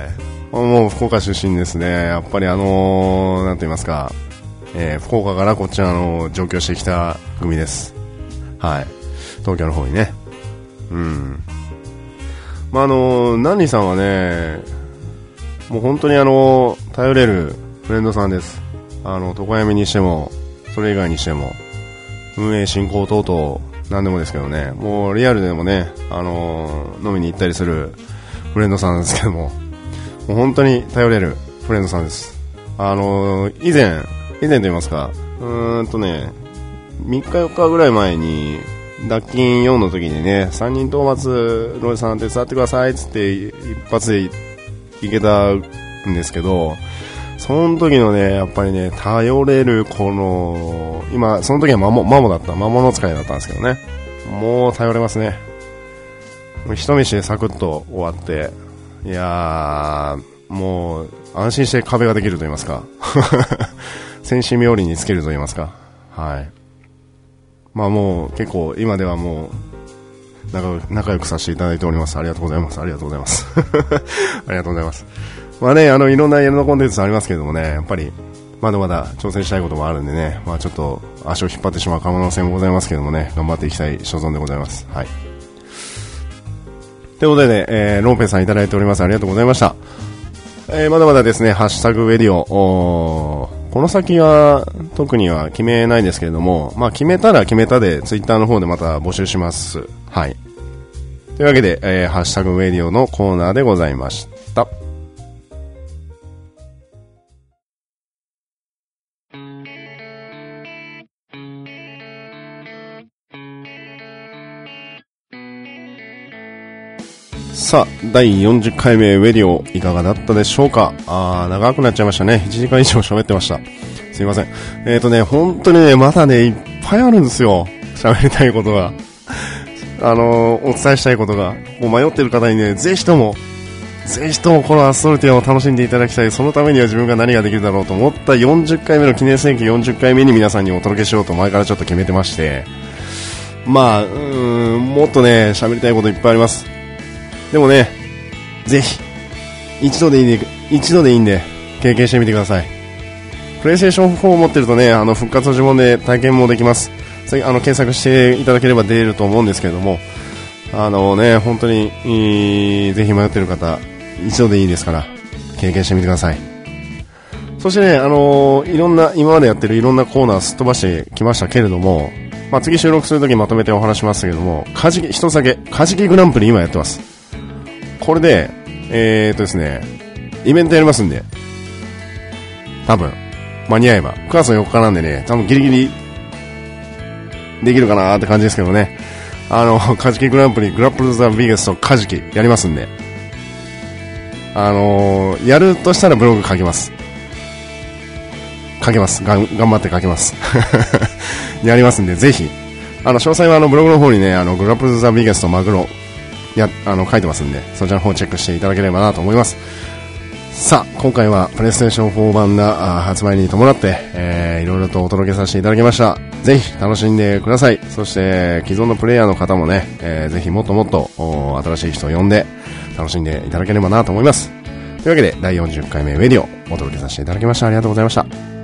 A: もう福岡出身ですね。やっぱりあのー、なんと言いますか、えー、福岡からこっちあの上京してきた組です。はい。東京の方にね。うん。まあ、あのー、ナンニさんはね、もう本当にあのー、頼れるフレンドさんです。あの、床闇にしても、それ以外にしても、運営進行等々、なんでもですけどね、もうリアルでもね、あのー、飲みに行ったりするフレンドさんですけども、もう本当に頼れるフレンドさんです。あのー、以前、以前と言いますか、うーんとね、みっかよっかぐらい前に、脱菌よんの時にね、さんにん討伐ロイさん手伝ってくださいっつって一発でいけたんですけど、その時のね、やっぱりね、頼れるこの、今、その時はマモ、マモだった、魔物使いだったんですけどね、もう頼れますね。もう一飯でサクッと終わって、いやー、もう安心して壁ができると言いますか、戦士冥利につけると言いますか、はい。まあもう結構今ではもう仲仲良くさせていただいております。ありがとうございます。ありがとうございます。ありがとうございます。まあね、あのいろんな家のコンテンツありますけれどもね、やっぱりまだまだ挑戦したいこともあるんでね、まあちょっと足を引っ張ってしまう可能性もございますけどもね、頑張っていきたい所存でございます。はい。ということで、えー、ロンペンさんいただいております。ありがとうございました。えー、まだまだですね、ハッシュタグウェディオ、この先は特には決めないですけれども、まあ決めたら決めたでツイッターの方でまた募集します。はい。というわけで、えー、ハッシュタグウェディオのコーナーでございました。 さあ、だいよんじゅっかいめウェディオいかがだったでしょうか。あー、長くなっちゃいましたね。いちじかん以上喋ってました。すいません。えーとね、本当にね、まだね、いっぱいあるんですよ。喋りたいことが。あのー、お伝えしたいことが。もう迷ってる方にね、ぜひとも、ぜひともこのアストルティアを楽しんでいただきたい。そのためには自分が何ができるだろうと思ったよんじゅっかいめの記念選挙よんじゅっかいめに皆さんにお届けしようと前からちょっと決めてまして。まあ、うーん、もっとね、喋りたいこといっぱいあります。でもね、ぜひ、一度でいいんで、一度でいいんで、経験してみてください。プレイステーションフォーを持ってるとね、あの、復活呪文で体験もできます。あの、検索していただければ出ると思うんですけれども、あのね、本当に、えー、ぜひ迷ってる方、一度でいいですから、経験してみてください。そしてね、あのー、いろんな、今までやってるいろんなコーナーすっ飛ばしてきましたけれども、まあ、次収録するときまとめてお話しますけれども、カジキ、一つだけ、カジキグランプリ今やってます。これで、えーっとですね、イベントやりますんで、多分、間に合えば、くがつよっかなんでね、多分ギリギリ、できるかなーって感じですけどね。あの、カジキグランプリ、グラップルザビゲストカジキやりますんで、あのー、やるとしたらブログ書きます。書けます。がん、頑張って書けます。やりますんで、ぜひ。あの、詳細はあの、ブログの方にね、あの、グラップルザビゲストマグロ、や、あの、書いてますんで、そちらの方をチェックしていただければなと思います。さあ、今回はプレイステーションフォー版が発売に伴って、えー、いろいろとお届けさせていただきました。ぜひ楽しんでください。そして、既存のプレイヤーの方もね、えー、ぜひもっともっと新しい人を呼んで楽しんでいただければなと思います。というわけで、だいよんじゅっかいめウェディオお届けさせていただきました。ありがとうございました。